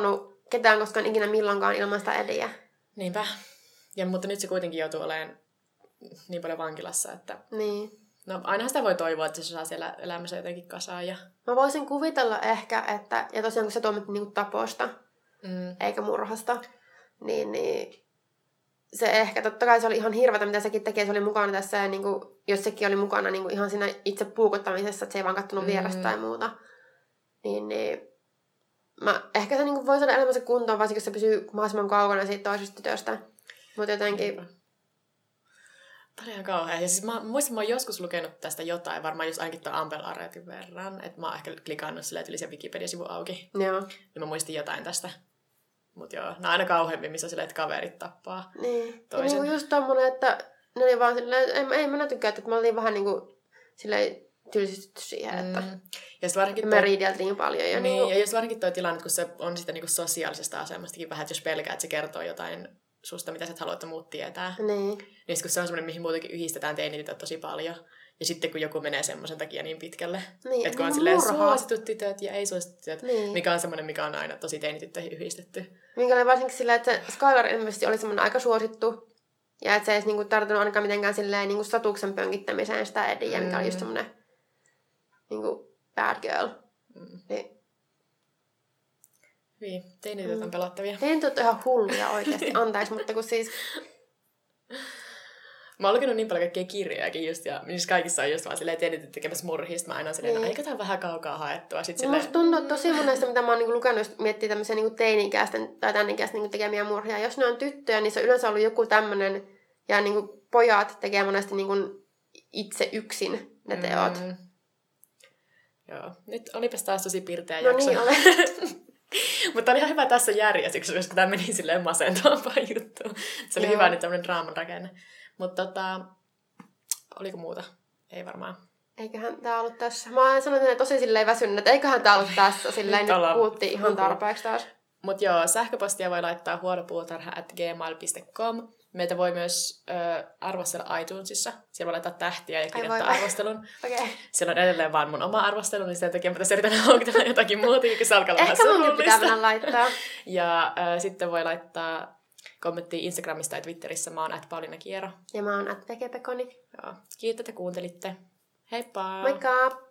ketään koskaan ikinä milloinkaan ilman sitä Ediä. Niinpä. Mutta nyt se kuitenkin joutuu olemaan niin paljon vankilassa, että... Niin. No ainahan sitä voi toivoa, että se saa siellä elämässä jotenkin kasaan. Mä voisin kuvitella ehkä, että... Ja tosiaan kun se tuomittiin niinku taposta, eikä murhasta, niin se ehkä, totta kai se oli ihan hirveätä, mitä sekin tekee. Se oli mukana tässä, ja niinku, jos sekin oli mukana niinku ihan siinä itse puukottamisessa, että se ei vaan kattonut vierestä tai muuta. Niin ehkä se niinku voi saada elämänsä kuntoon, varsinkin jos se pysyy mahdollisimman kaukana siitä toisesta tytöstä. Mutta jotenkin... Tämä oli ihan kauhea. Ja siis mä muistan, mä oon joskus lukenut tästä jotain, varmaan just ainakin tuon Amber Aretin verran. Että mä oon ehkä klikannut silleen, että yli se Wikipedia-sivu auki. Joo. Ja mä muistin jotain tästä. Mut joo, nämä on aina kauheampi, missä on silleen, että kaverit tappaa niin. toisen. Ja niinku just tommonen, että ne oli vaan silleen, ei mä tykkää, että mä olin vähän niinku silleen tylsistetty siihen, että ja varsinkin me riideltiin paljon. Ja niin, ja just varsinkin toi tilanne, kun se on sitä niinku sosiaalisesta asemastakin vähän, että jos pelkää, että se kertoo jotain susta, mitä sä et halua, että muut tietää. Niin. Niin kun se on semmoinen, mihin muutenkin yhdistetään teinitytöt tosi paljon. Ja sitten kun joku menee semmoisen takia niin pitkälle, niin, että kun on silleen suositut tytöt ja ei suositut tytöt, mikä on semmoinen, mikä on aina tosi teinityttöihin yhdistetty. Minkä oli varsinkin silleen, että Skylar ilmeisesti oli semmoinen aika suosittu. Ja että se ei niinku tarttunut ainakaan mitenkään silleen niinku statuksen pönkittämiseen sitä Ediä, mikä oli just semmoinen niinku bad girl. Niin, teinitytöt on pelottavia. Teinitytöt on ihan hulluja oikeasti, anteeksi, mutta kun siis... Mä oon lukenut niin paljon kaikkia kirjojakin just, ja niissä kaikissa on just vaan silleen teinitytöt tekemässä murhista. Mä aina silleen, eikö tää vähän kaukaa haettua. Musta tuntuu, että tosi monesta, mitä mä oon niinku lukenut, jos miettii tämmöisiä niinku teini-ikäisten tai tämän ikäisten niinku tekemiä murhia. Jos ne on tyttöjä, niin se on yleensä ollut joku tämmönen, ja niinku pojat tekee monesti niinku itse yksin ne teot. Joo, nyt olipas taas tosi pirteä jakso. No niin, olen. Mutta oli ihan hyvä tässä järjestyksessä, koska tämä meni silleen masentavampaan juttuun. Se oli hyvä nyt tämmönen draaman rakenne. Mutta oliko muuta? Ei varmaan. Eiköhän tää ollut tässä. Mä oon sanonut, että tosi silleen väsynyt, että eiköhän tää ollut tässä. Silleen nyt puhuttiin ihan tarpeeksi taas. Mutta joo, sähköpostia voi laittaa huonopuutarha@gmail.com. Meitä voi myös arvostella iTunesissa. Siellä voi laittaa tähtiä ja kirjoittaa arvostelun. Okay. Siellä on edelleen vaan mun oma arvostelu, niin sen takia mä tässä yritän houkutella jotakin muuta, kun se alkaa olla vähän surullista. Ehkä munkin pitää mennä laittaa. Ja sitten voi laittaa kommenttia Instagramista ja Twitterissä. Mä oon @Pauliina Kiero. Ja mä oon @Pekepekoni. Joo. Kiitos, että kuuntelitte. Heippa! Moikka!